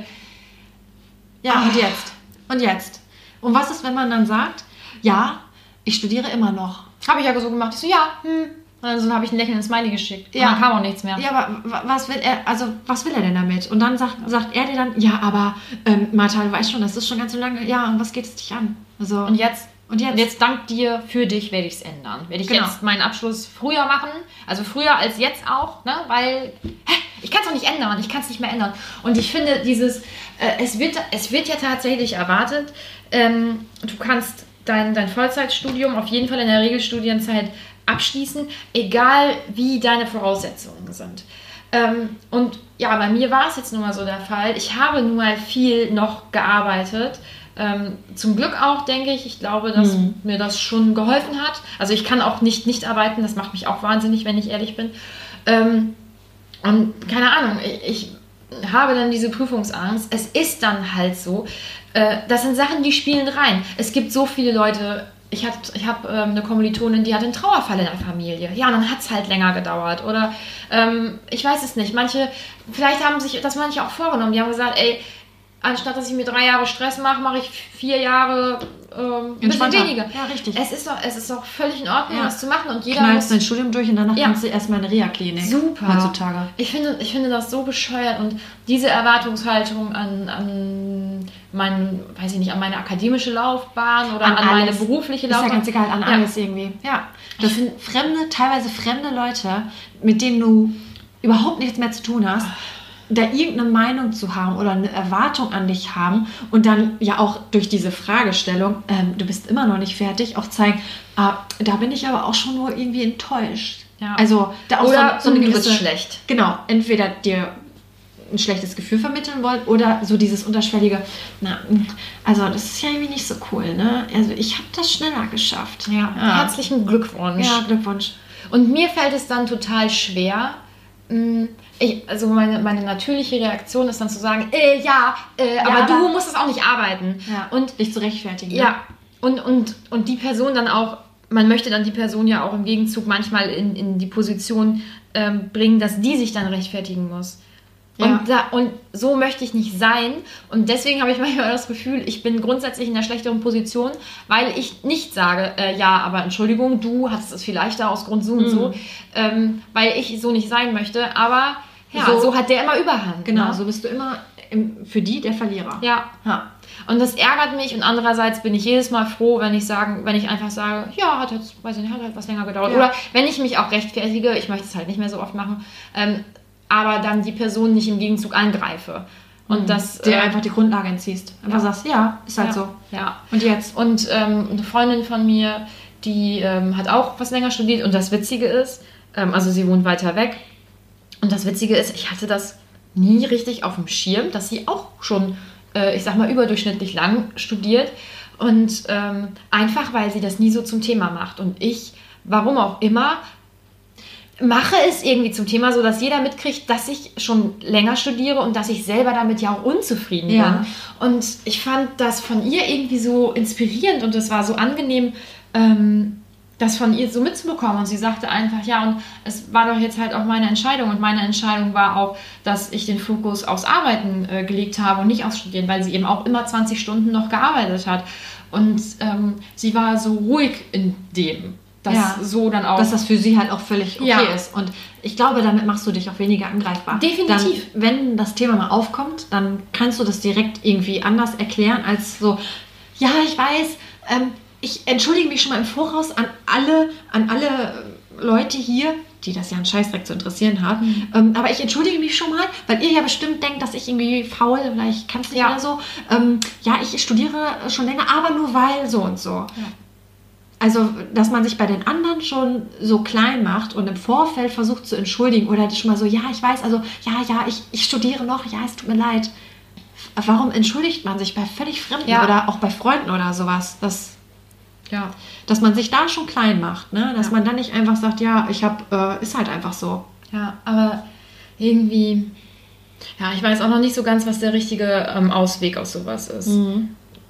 und jetzt? Und jetzt? Und was ist, wenn man dann sagt, ja, ich studiere immer noch? Habe ich ja so gemacht. Ich so, Und dann habe ich ein lächelndes Smiley geschickt. Und dann kam auch nichts mehr. Ja, aber was will er denn damit? Und dann sagt er dir dann, ja, aber Martha, du weißt schon, das ist schon ganz so lange. Ja, und was geht es dich an? Also, und jetzt dank dir, für dich werde ich es ändern. Werde ich jetzt meinen Abschluss früher machen. Also früher als jetzt auch, ne? Weil ich kann es auch nicht ändern. Ich kann es nicht mehr ändern. Und ich finde es wird ja tatsächlich erwartet, du kannst dein Vollzeitstudium auf jeden Fall in der Regelstudienzeit abschließen, egal wie deine Voraussetzungen sind. Und ja, bei mir war es jetzt nun mal so der Fall. Ich habe nun mal viel noch gearbeitet. Zum Glück auch, denke ich. Ich glaube, dass mir das schon geholfen hat. Also ich kann auch nicht arbeiten. Das macht mich auch wahnsinnig, wenn ich ehrlich bin. Und keine Ahnung, ich habe dann diese Prüfungsangst. Es ist dann halt so. Das sind Sachen, die spielen rein. Es gibt so viele Leute. Ich habe eine Kommilitonin, die hat einen Trauerfall in der Familie. Ja, und dann hat es halt länger gedauert. Oder ich weiß es nicht. Vielleicht haben sich das manche auch vorgenommen. Die haben gesagt, ey, anstatt dass ich mir 3 Jahre Stress mache ich 4 Jahre ein bisschen weniger. Ja, richtig. Es ist doch völlig in Ordnung, das zu machen. Und jeder knallst dein Studium durch und danach kannst du erstmal in eine Reha-Klinik. Super. Heutzutage. Ich finde das so bescheuert. Und diese Erwartungshaltung an meine akademische Laufbahn oder an meine berufliche Laufbahn. Ist ja ganz egal, an alles irgendwie. Ja. Das sind teilweise fremde Leute, mit denen du überhaupt nichts mehr zu tun hast, da irgendeine Meinung zu haben oder eine Erwartung an dich haben und dann ja auch durch diese Fragestellung, du bist immer noch nicht fertig, auch zeigen, da bin ich aber auch schon nur irgendwie enttäuscht. Ja. Also da auch oder so eine gewisse, du bist schlecht. Genau, entweder dir ein schlechtes Gefühl vermitteln wollen oder so dieses unterschwellige, also das ist ja irgendwie nicht so cool, ne? Also ich habe das schneller geschafft. Ja. Herzlichen Glückwunsch. Ja, Glückwunsch. Und mir fällt es dann total schwer, meine natürliche Reaktion ist dann zu sagen, aber du musst es auch nicht arbeiten. Ja, und dich zu rechtfertigen. Ja, ne? Und die Person dann auch, man möchte dann die Person ja auch im Gegenzug manchmal in die Position bringen, dass die sich dann rechtfertigen muss. Ja. Und so möchte ich nicht sein. Und deswegen habe ich manchmal das Gefühl, ich bin grundsätzlich in einer schlechteren Position, weil ich nicht sage, ja, aber Entschuldigung, du hattest es viel leichter aus Grund so und so, weil ich so nicht sein möchte. Aber so hat der immer Überhand. Genau, ne? so bist du immer für die der Verlierer. Ja. Und das ärgert mich und andererseits bin ich jedes Mal froh, wenn ich einfach sage, ja, hat halt was länger gedauert. Ja. Oder wenn ich mich auch rechtfertige, ich möchte es halt nicht mehr so oft machen, aber dann die Person nicht im Gegenzug angreife. Und dir einfach die Grundlage entziehst. Einfach sagst, ja, ist halt so. Ja. Und jetzt? Und eine Freundin von mir, die hat auch was länger studiert und das Witzige ist, also sie wohnt weiter weg und das Witzige ist, ich hatte das nie richtig auf dem Schirm, dass sie auch schon, ich sag mal, überdurchschnittlich lang studiert und einfach, weil sie das nie so zum Thema macht und ich, warum auch immer, mache es irgendwie zum Thema, so dass jeder mitkriegt, dass ich schon länger studiere und dass ich selber damit ja auch unzufrieden bin. Und ich fand das von ihr irgendwie so inspirierend und es war so angenehm, das von ihr so mitzubekommen. Und sie sagte einfach, ja, und es war doch jetzt halt auch meine Entscheidung. Und meine Entscheidung war auch, dass ich den Fokus aufs Arbeiten gelegt habe und nicht aufs Studieren, weil sie eben auch immer 20 Stunden noch gearbeitet hat. Und sie war so ruhig in dem. So dann auch. Dass das für sie halt auch völlig okay ist. Und ich glaube, damit machst du dich auch weniger angreifbar. Definitiv. Dann, wenn das Thema mal aufkommt, dann kannst du das direkt irgendwie anders erklären, als so, ja, ich weiß, ich entschuldige mich schon mal im Voraus an alle Leute hier, die das ja einen Scheißdreck zu interessieren hat. Aber ich entschuldige mich schon mal, weil ihr ja bestimmt denkt, dass ich irgendwie faul oder ich kann es nicht oder so. Ich studiere schon länger, aber nur weil so und so. Ja. Also, dass man sich bei den anderen schon so klein macht und im Vorfeld versucht zu entschuldigen oder schon mal so, ja, ich weiß, also, ich studiere noch, ja, es tut mir leid. Warum entschuldigt man sich bei völlig Fremden oder auch bei Freunden oder sowas? Dass man sich da schon klein macht, ne? Dass man dann nicht einfach sagt, ja, ist halt einfach so. Ja, aber irgendwie, ich weiß auch noch nicht so ganz, was der richtige Ausweg aus sowas ist. Mhm.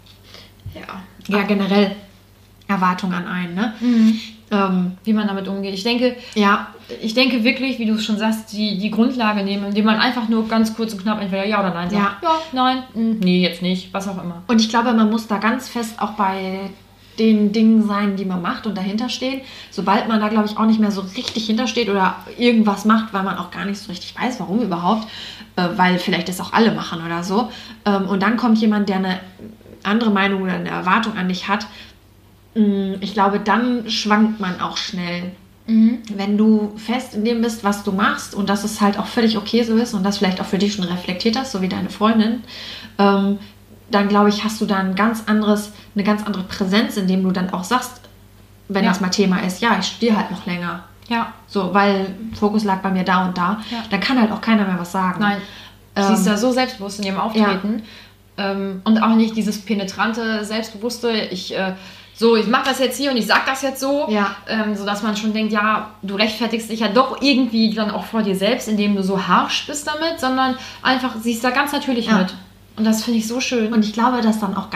Ja, generell Erwartung an einen, ne? Wie man damit umgeht. Ich denke wirklich, wie du es schon sagst, die Grundlage nehmen, indem man einfach nur ganz kurz und knapp entweder ja oder nein sagt. Ja, nein, nee, jetzt nicht, was auch immer. Und ich glaube, man muss da ganz fest auch bei den Dingen sein, die man macht und dahinter stehen. Sobald man da, glaube ich, auch nicht mehr so richtig hintersteht oder irgendwas macht, weil man auch gar nicht so richtig weiß, warum überhaupt, weil vielleicht das auch alle machen oder so. Und dann kommt jemand, der eine andere Meinung oder eine Erwartung an dich hat. Ich glaube, dann schwankt man auch schnell. Wenn du fest in dem bist, was du machst und dass es halt auch völlig okay so ist und das vielleicht auch für dich schon reflektiert hast, so wie deine Freundin, dann glaube ich, hast du da eine ganz andere Präsenz, indem du dann auch sagst, wenn das mal Thema ist, ja, ich studiere halt noch länger. Ja. So, weil Fokus lag bei mir da und da. Ja. Dann kann halt auch keiner mehr was sagen. Nein. Sie ist da so selbstbewusst in ihrem Auftreten. Und auch nicht dieses penetrante, selbstbewusste, ich mache das jetzt hier und ich sag das jetzt so, sodass man schon denkt, ja, du rechtfertigst dich ja doch irgendwie dann auch vor dir selbst, indem du so harsch bist damit, sondern einfach, sie ist da ganz natürlich mit. Und das finde ich so schön. Und ich glaube, dass dann auch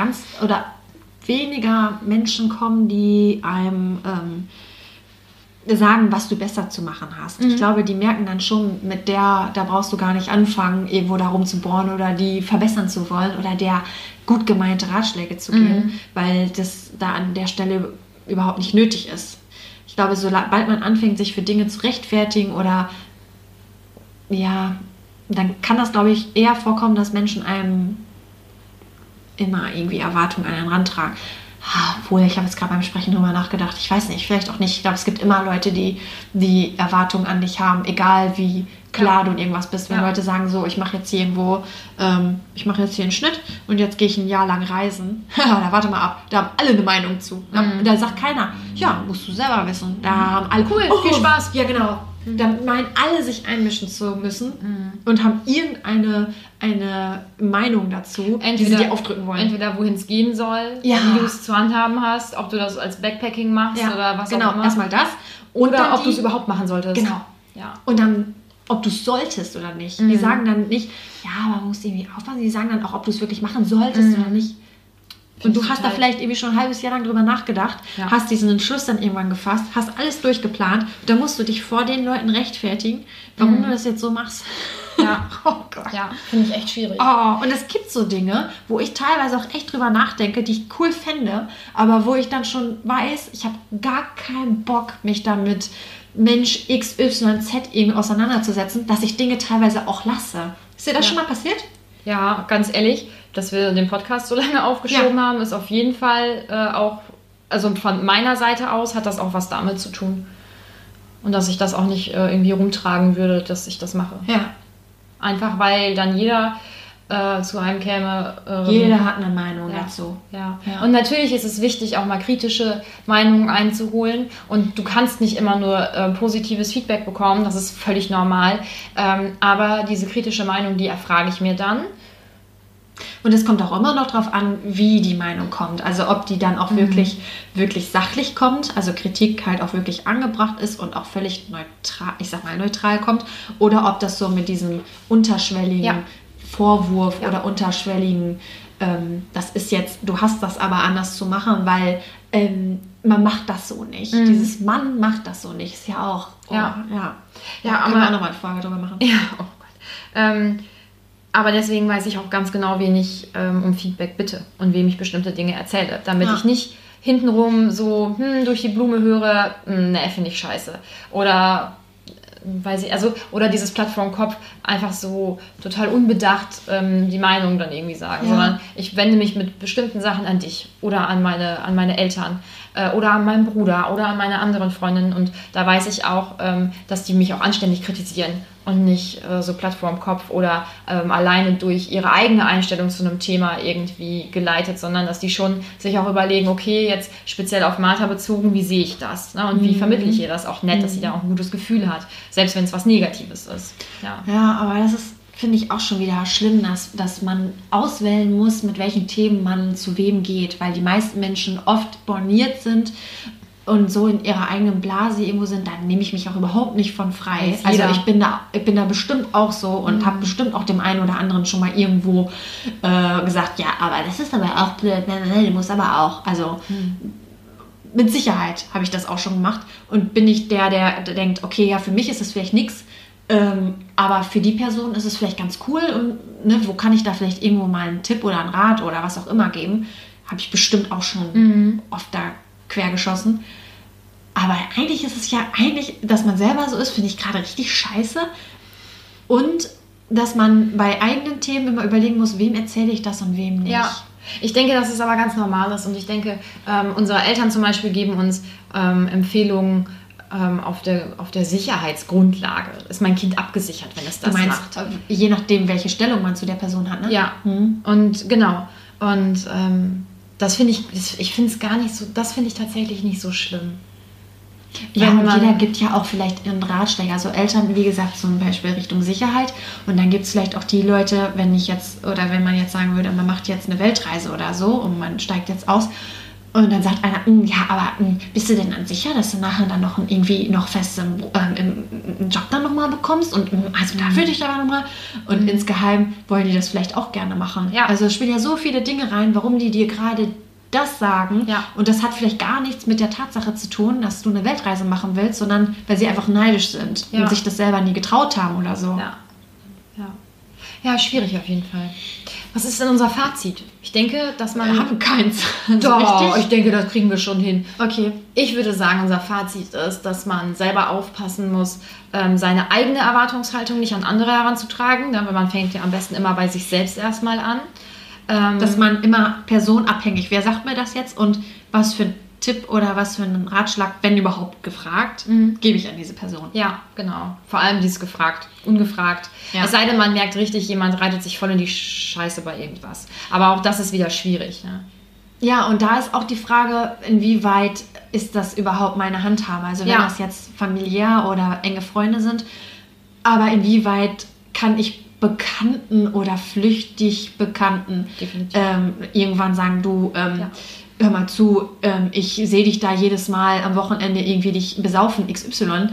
weniger Menschen kommen, die einem sagen, was du besser zu machen hast. Ich glaube, die merken dann schon, da brauchst du gar nicht anfangen, irgendwo da rumzubohren oder die verbessern zu wollen oder der gut gemeinte Ratschläge zu geben, weil das da an der Stelle überhaupt nicht nötig ist. Ich glaube, sobald man anfängt, sich für Dinge zu rechtfertigen oder dann kann das, glaube ich, eher vorkommen, dass Menschen einem immer irgendwie Erwartungen an einen rantragen. Obwohl, ich habe jetzt gerade beim Sprechen drüber nachgedacht. Ich weiß nicht, vielleicht auch nicht. Ich glaube, es gibt immer Leute, die Erwartungen an dich haben, egal wie klar du in irgendwas bist. Wenn Leute sagen so, ich mache jetzt hier einen Schnitt und jetzt gehe ich ein Jahr lang reisen. Da warte mal ab, da haben alle eine Meinung zu. Da sagt keiner, ja, musst du selber wissen. Da haben alle, cool, viel Spaß. Ja, genau. Da meinen alle, sich einmischen zu müssen und haben irgendeine Meinung dazu, die sie dir aufdrücken wollen. Entweder wohin es gehen soll, wie du es zu handhaben hast, ob du das als Backpacking machst oder was auch immer. Genau, erstmal das. Oder ob du es überhaupt machen solltest. Genau. Ja. Und dann, ob du es solltest oder nicht. Die sagen dann nicht, ja, man muss irgendwie aufpassen. Die sagen dann auch, ob du es wirklich machen solltest oder nicht. Und du hast da vielleicht irgendwie schon ein halbes Jahr lang drüber nachgedacht, hast diesen Entschluss dann irgendwann gefasst, hast alles durchgeplant. Da musst du dich vor den Leuten rechtfertigen, warum du das jetzt so machst. Ja, oh Gott. Ja, finde ich echt schwierig. Oh, und es gibt so Dinge, wo ich teilweise auch echt drüber nachdenke, die ich cool fände, aber wo ich dann schon weiß, ich habe gar keinen Bock, mich damit Mensch XYZ irgendwie auseinanderzusetzen, dass ich Dinge teilweise auch lasse. Ist dir das schon mal passiert? Ja, ganz ehrlich, dass wir den Podcast so lange aufgeschoben haben, ist auf jeden Fall auch, also von meiner Seite aus hat das auch was damit zu tun. Und dass ich das auch nicht irgendwie rumtragen würde, dass ich das mache. Ja. Einfach weil dann jeder zu einem käme. Jeder hat eine Meinung dazu. Ja. Und natürlich ist es wichtig, auch mal kritische Meinungen einzuholen. Und du kannst nicht immer nur positives Feedback bekommen, das ist völlig normal. Aber diese kritische Meinung, die erfrage ich mir dann. Und es kommt auch immer noch darauf an, wie die Meinung kommt. Also ob die dann auch wirklich sachlich kommt, also Kritik halt auch wirklich angebracht ist und auch völlig neutral kommt. Oder ob das so mit diesem unterschwelligen Vorwurf oder unterschwelligen, das ist jetzt, du hast das aber anders zu machen, weil man macht das so nicht. Dieses Mann macht das so nicht, ist ja auch. Ja, können wir auch nochmal eine Frage drüber machen. Ja, oh Gott. Aber deswegen weiß ich auch ganz genau, wen ich um Feedback bitte und wem ich bestimmte Dinge erzähle, damit ich nicht hintenrum so durch die Blume höre, ne, finde ich scheiße. Oder oder dieses Blatt vorm Kopf einfach so total unbedacht die Meinung dann irgendwie sagen, sondern ich wende mich mit bestimmten Sachen an dich oder an meine Eltern oder an meinen Bruder oder an meine anderen Freundinnen und da weiß ich auch, dass die mich auch anständig kritisieren und nicht so Blatt vorm Kopf oder alleine durch ihre eigene Einstellung zu einem Thema irgendwie geleitet, sondern dass die schon sich auch überlegen, okay, jetzt speziell auf Martha bezogen, wie sehe ich das? Ne? Und wie vermittle ich ihr das auch nett, dass sie da auch ein gutes Gefühl hat, selbst wenn es was Negatives ist. Ja, aber das ist, finde ich, auch schon wieder schlimm, dass man auswählen muss, mit welchen Themen man zu wem geht, weil die meisten Menschen oft borniert sind und so in ihrer eigenen Blase irgendwo sind, dann nehme ich mich auch überhaupt nicht von frei. Also ich bin da bestimmt auch so und habe bestimmt auch dem einen oder anderen schon mal irgendwo gesagt, ja, aber das ist aber auch blöd, du musst aber auch, also mit Sicherheit habe ich das auch schon gemacht und bin nicht der denkt, okay, ja, für mich ist es vielleicht nichts, aber für die Person ist es vielleicht ganz cool und wo kann ich da vielleicht irgendwo mal einen Tipp oder einen Rat oder was auch immer geben, habe ich bestimmt auch schon oft da quergeschossen. Aber eigentlich ist es dass man selber so ist, finde ich gerade richtig scheiße. Und dass man bei eigenen Themen immer überlegen muss, wem erzähle ich das und wem nicht. Ja, ich denke, dass es aber ganz normal ist. Und ich denke, unsere Eltern zum Beispiel geben uns Empfehlungen auf der Sicherheitsgrundlage. Ist mein Kind abgesichert, wenn es das macht? Je nachdem, welche Stellung man zu der Person hat, ne? Ja, und genau. Und das finde ich finde es gar nicht so, das finde ich tatsächlich nicht so schlimm. Ja, und jeder gibt ja auch vielleicht einen Ratschlag. Also Eltern, wie gesagt, zum Beispiel Richtung Sicherheit. Und dann gibt es vielleicht auch die Leute, wenn man jetzt sagen würde, man macht jetzt eine Weltreise oder so und man steigt jetzt aus. Und dann sagt einer, ja, aber bist du denn dann sicher, dass du nachher dann noch irgendwie noch fest einen Job dann nochmal bekommst? Und also da würde ich aber nochmal. Und insgeheim wollen die das vielleicht auch gerne machen. Ja. Also es spielen ja so viele Dinge rein, warum die dir gerade das sagen. Ja. Und das hat vielleicht gar nichts mit der Tatsache zu tun, dass du eine Weltreise machen willst, sondern weil sie einfach neidisch sind und sich das selber nie getraut haben oder so. Ja, schwierig auf jeden Fall. Was ist denn unser Fazit? Ich denke, dass man... Wir haben keins. Doch, ich denke, das kriegen wir schon hin. Okay. Ich würde sagen, unser Fazit ist, dass man selber aufpassen muss, seine eigene Erwartungshaltung nicht an andere heranzutragen. Weil man fängt ja am besten immer bei sich selbst erstmal an. Dass man immer personenabhängig, wer sagt mir das jetzt und was für ein Tipp oder was für einen Ratschlag, wenn überhaupt gefragt, gebe ich an diese Person. Ja, genau. Vor allem dieses gefragt, ungefragt. Ja. Es sei denn, man merkt richtig, jemand reitet sich voll in die Scheiße bei irgendwas. Aber auch das ist wieder schwierig. Ne? Ja, und da ist auch die Frage, inwieweit ist das überhaupt meine Handhabe? Also wenn das jetzt familiär oder enge Freunde sind, aber inwieweit kann ich Bekannten oder flüchtig Bekannten irgendwann sagen, du, hör mal zu, ich sehe dich da jedes Mal am Wochenende irgendwie dich besaufen, XY.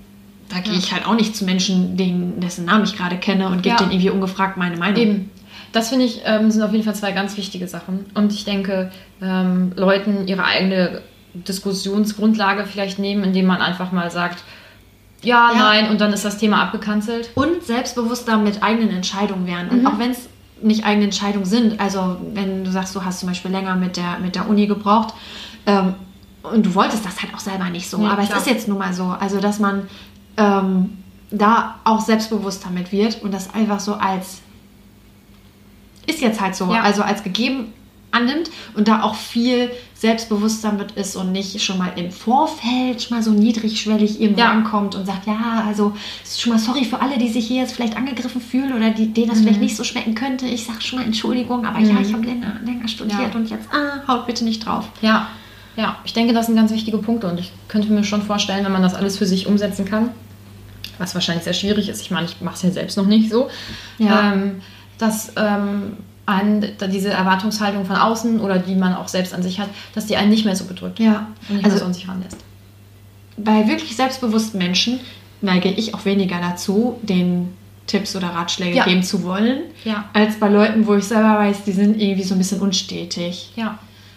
Da gehe ich halt auch nicht zu Menschen, dessen Namen ich gerade kenne und gebe denen irgendwie ungefragt meine Meinung. Eben. Das finde ich, sind auf jeden Fall 2 ganz wichtige Sachen. Und ich denke, Leuten ihre eigene Diskussionsgrundlage vielleicht nehmen, indem man einfach mal sagt, ja, nein, und dann ist das Thema abgekanzelt. Und selbstbewusster mit eigenen Entscheidungen werden. Und auch wenn es nicht eigene Entscheidungen sind, also wenn du sagst, du hast zum Beispiel länger mit der Uni gebraucht und du wolltest das halt auch selber nicht so, aber es ist jetzt nun mal so, also dass man da auch selbstbewusst damit wird und das einfach so als ist jetzt halt so, also als gegeben annimmt und da auch viel selbstbewusster mit ist und nicht schon mal im Vorfeld schon mal so niedrigschwellig irgendwo ankommt und sagt, ja, also ist schon mal sorry für alle, die sich hier jetzt vielleicht angegriffen fühlen oder denen das vielleicht nicht so schmecken könnte. Ich sage schon mal Entschuldigung, aber ja, ich habe länger studiert und jetzt haut bitte nicht drauf. Ja, ich denke, das sind ganz wichtige Punkte und ich könnte mir schon vorstellen, wenn man das alles für sich umsetzen kann, was wahrscheinlich sehr schwierig ist, ich meine, ich mache es ja selbst noch nicht so, dass diese Erwartungshaltung von außen oder die man auch selbst an sich hat, dass die einen nicht mehr so bedrückt und nicht mehr so unsicher ranlässt. Bei wirklich selbstbewussten Menschen neige ich auch weniger dazu, den Tipps oder Ratschläge geben zu wollen, als bei Leuten, wo ich selber weiß, die sind irgendwie so ein bisschen unstetig. Ja,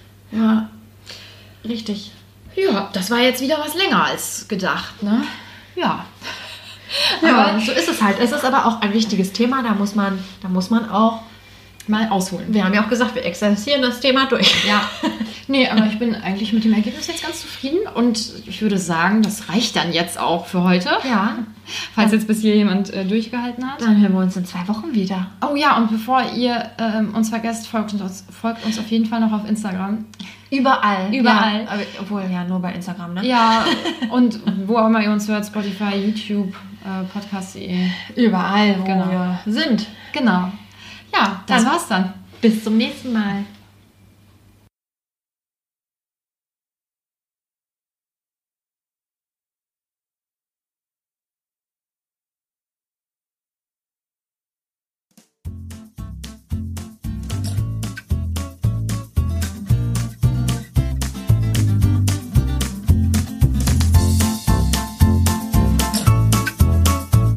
richtig. Ja, das war jetzt wieder was länger als gedacht, ne? Ja. Aber so ist es halt. Es ist aber auch ein wichtiges Thema, da muss man auch mal ausholen. Wir haben ja auch gesagt, wir exerzieren das Thema durch. Ja. Nee, aber ich bin eigentlich mit dem Ergebnis jetzt ganz zufrieden und ich würde sagen, das reicht dann jetzt auch für heute. Ja. Falls jetzt bis hier jemand durchgehalten hat. Dann hören wir uns in 2 Wochen wieder. Oh ja, und bevor ihr uns vergesst, folgt uns auf jeden Fall noch auf Instagram. Überall. Ja, obwohl, nur bei Instagram, ne? Ja, und wo auch immer ihr uns hört, Spotify, YouTube, Podcast.de. Überall, wo wir sind. Genau. Ja, das war's dann. Bis zum nächsten Mal.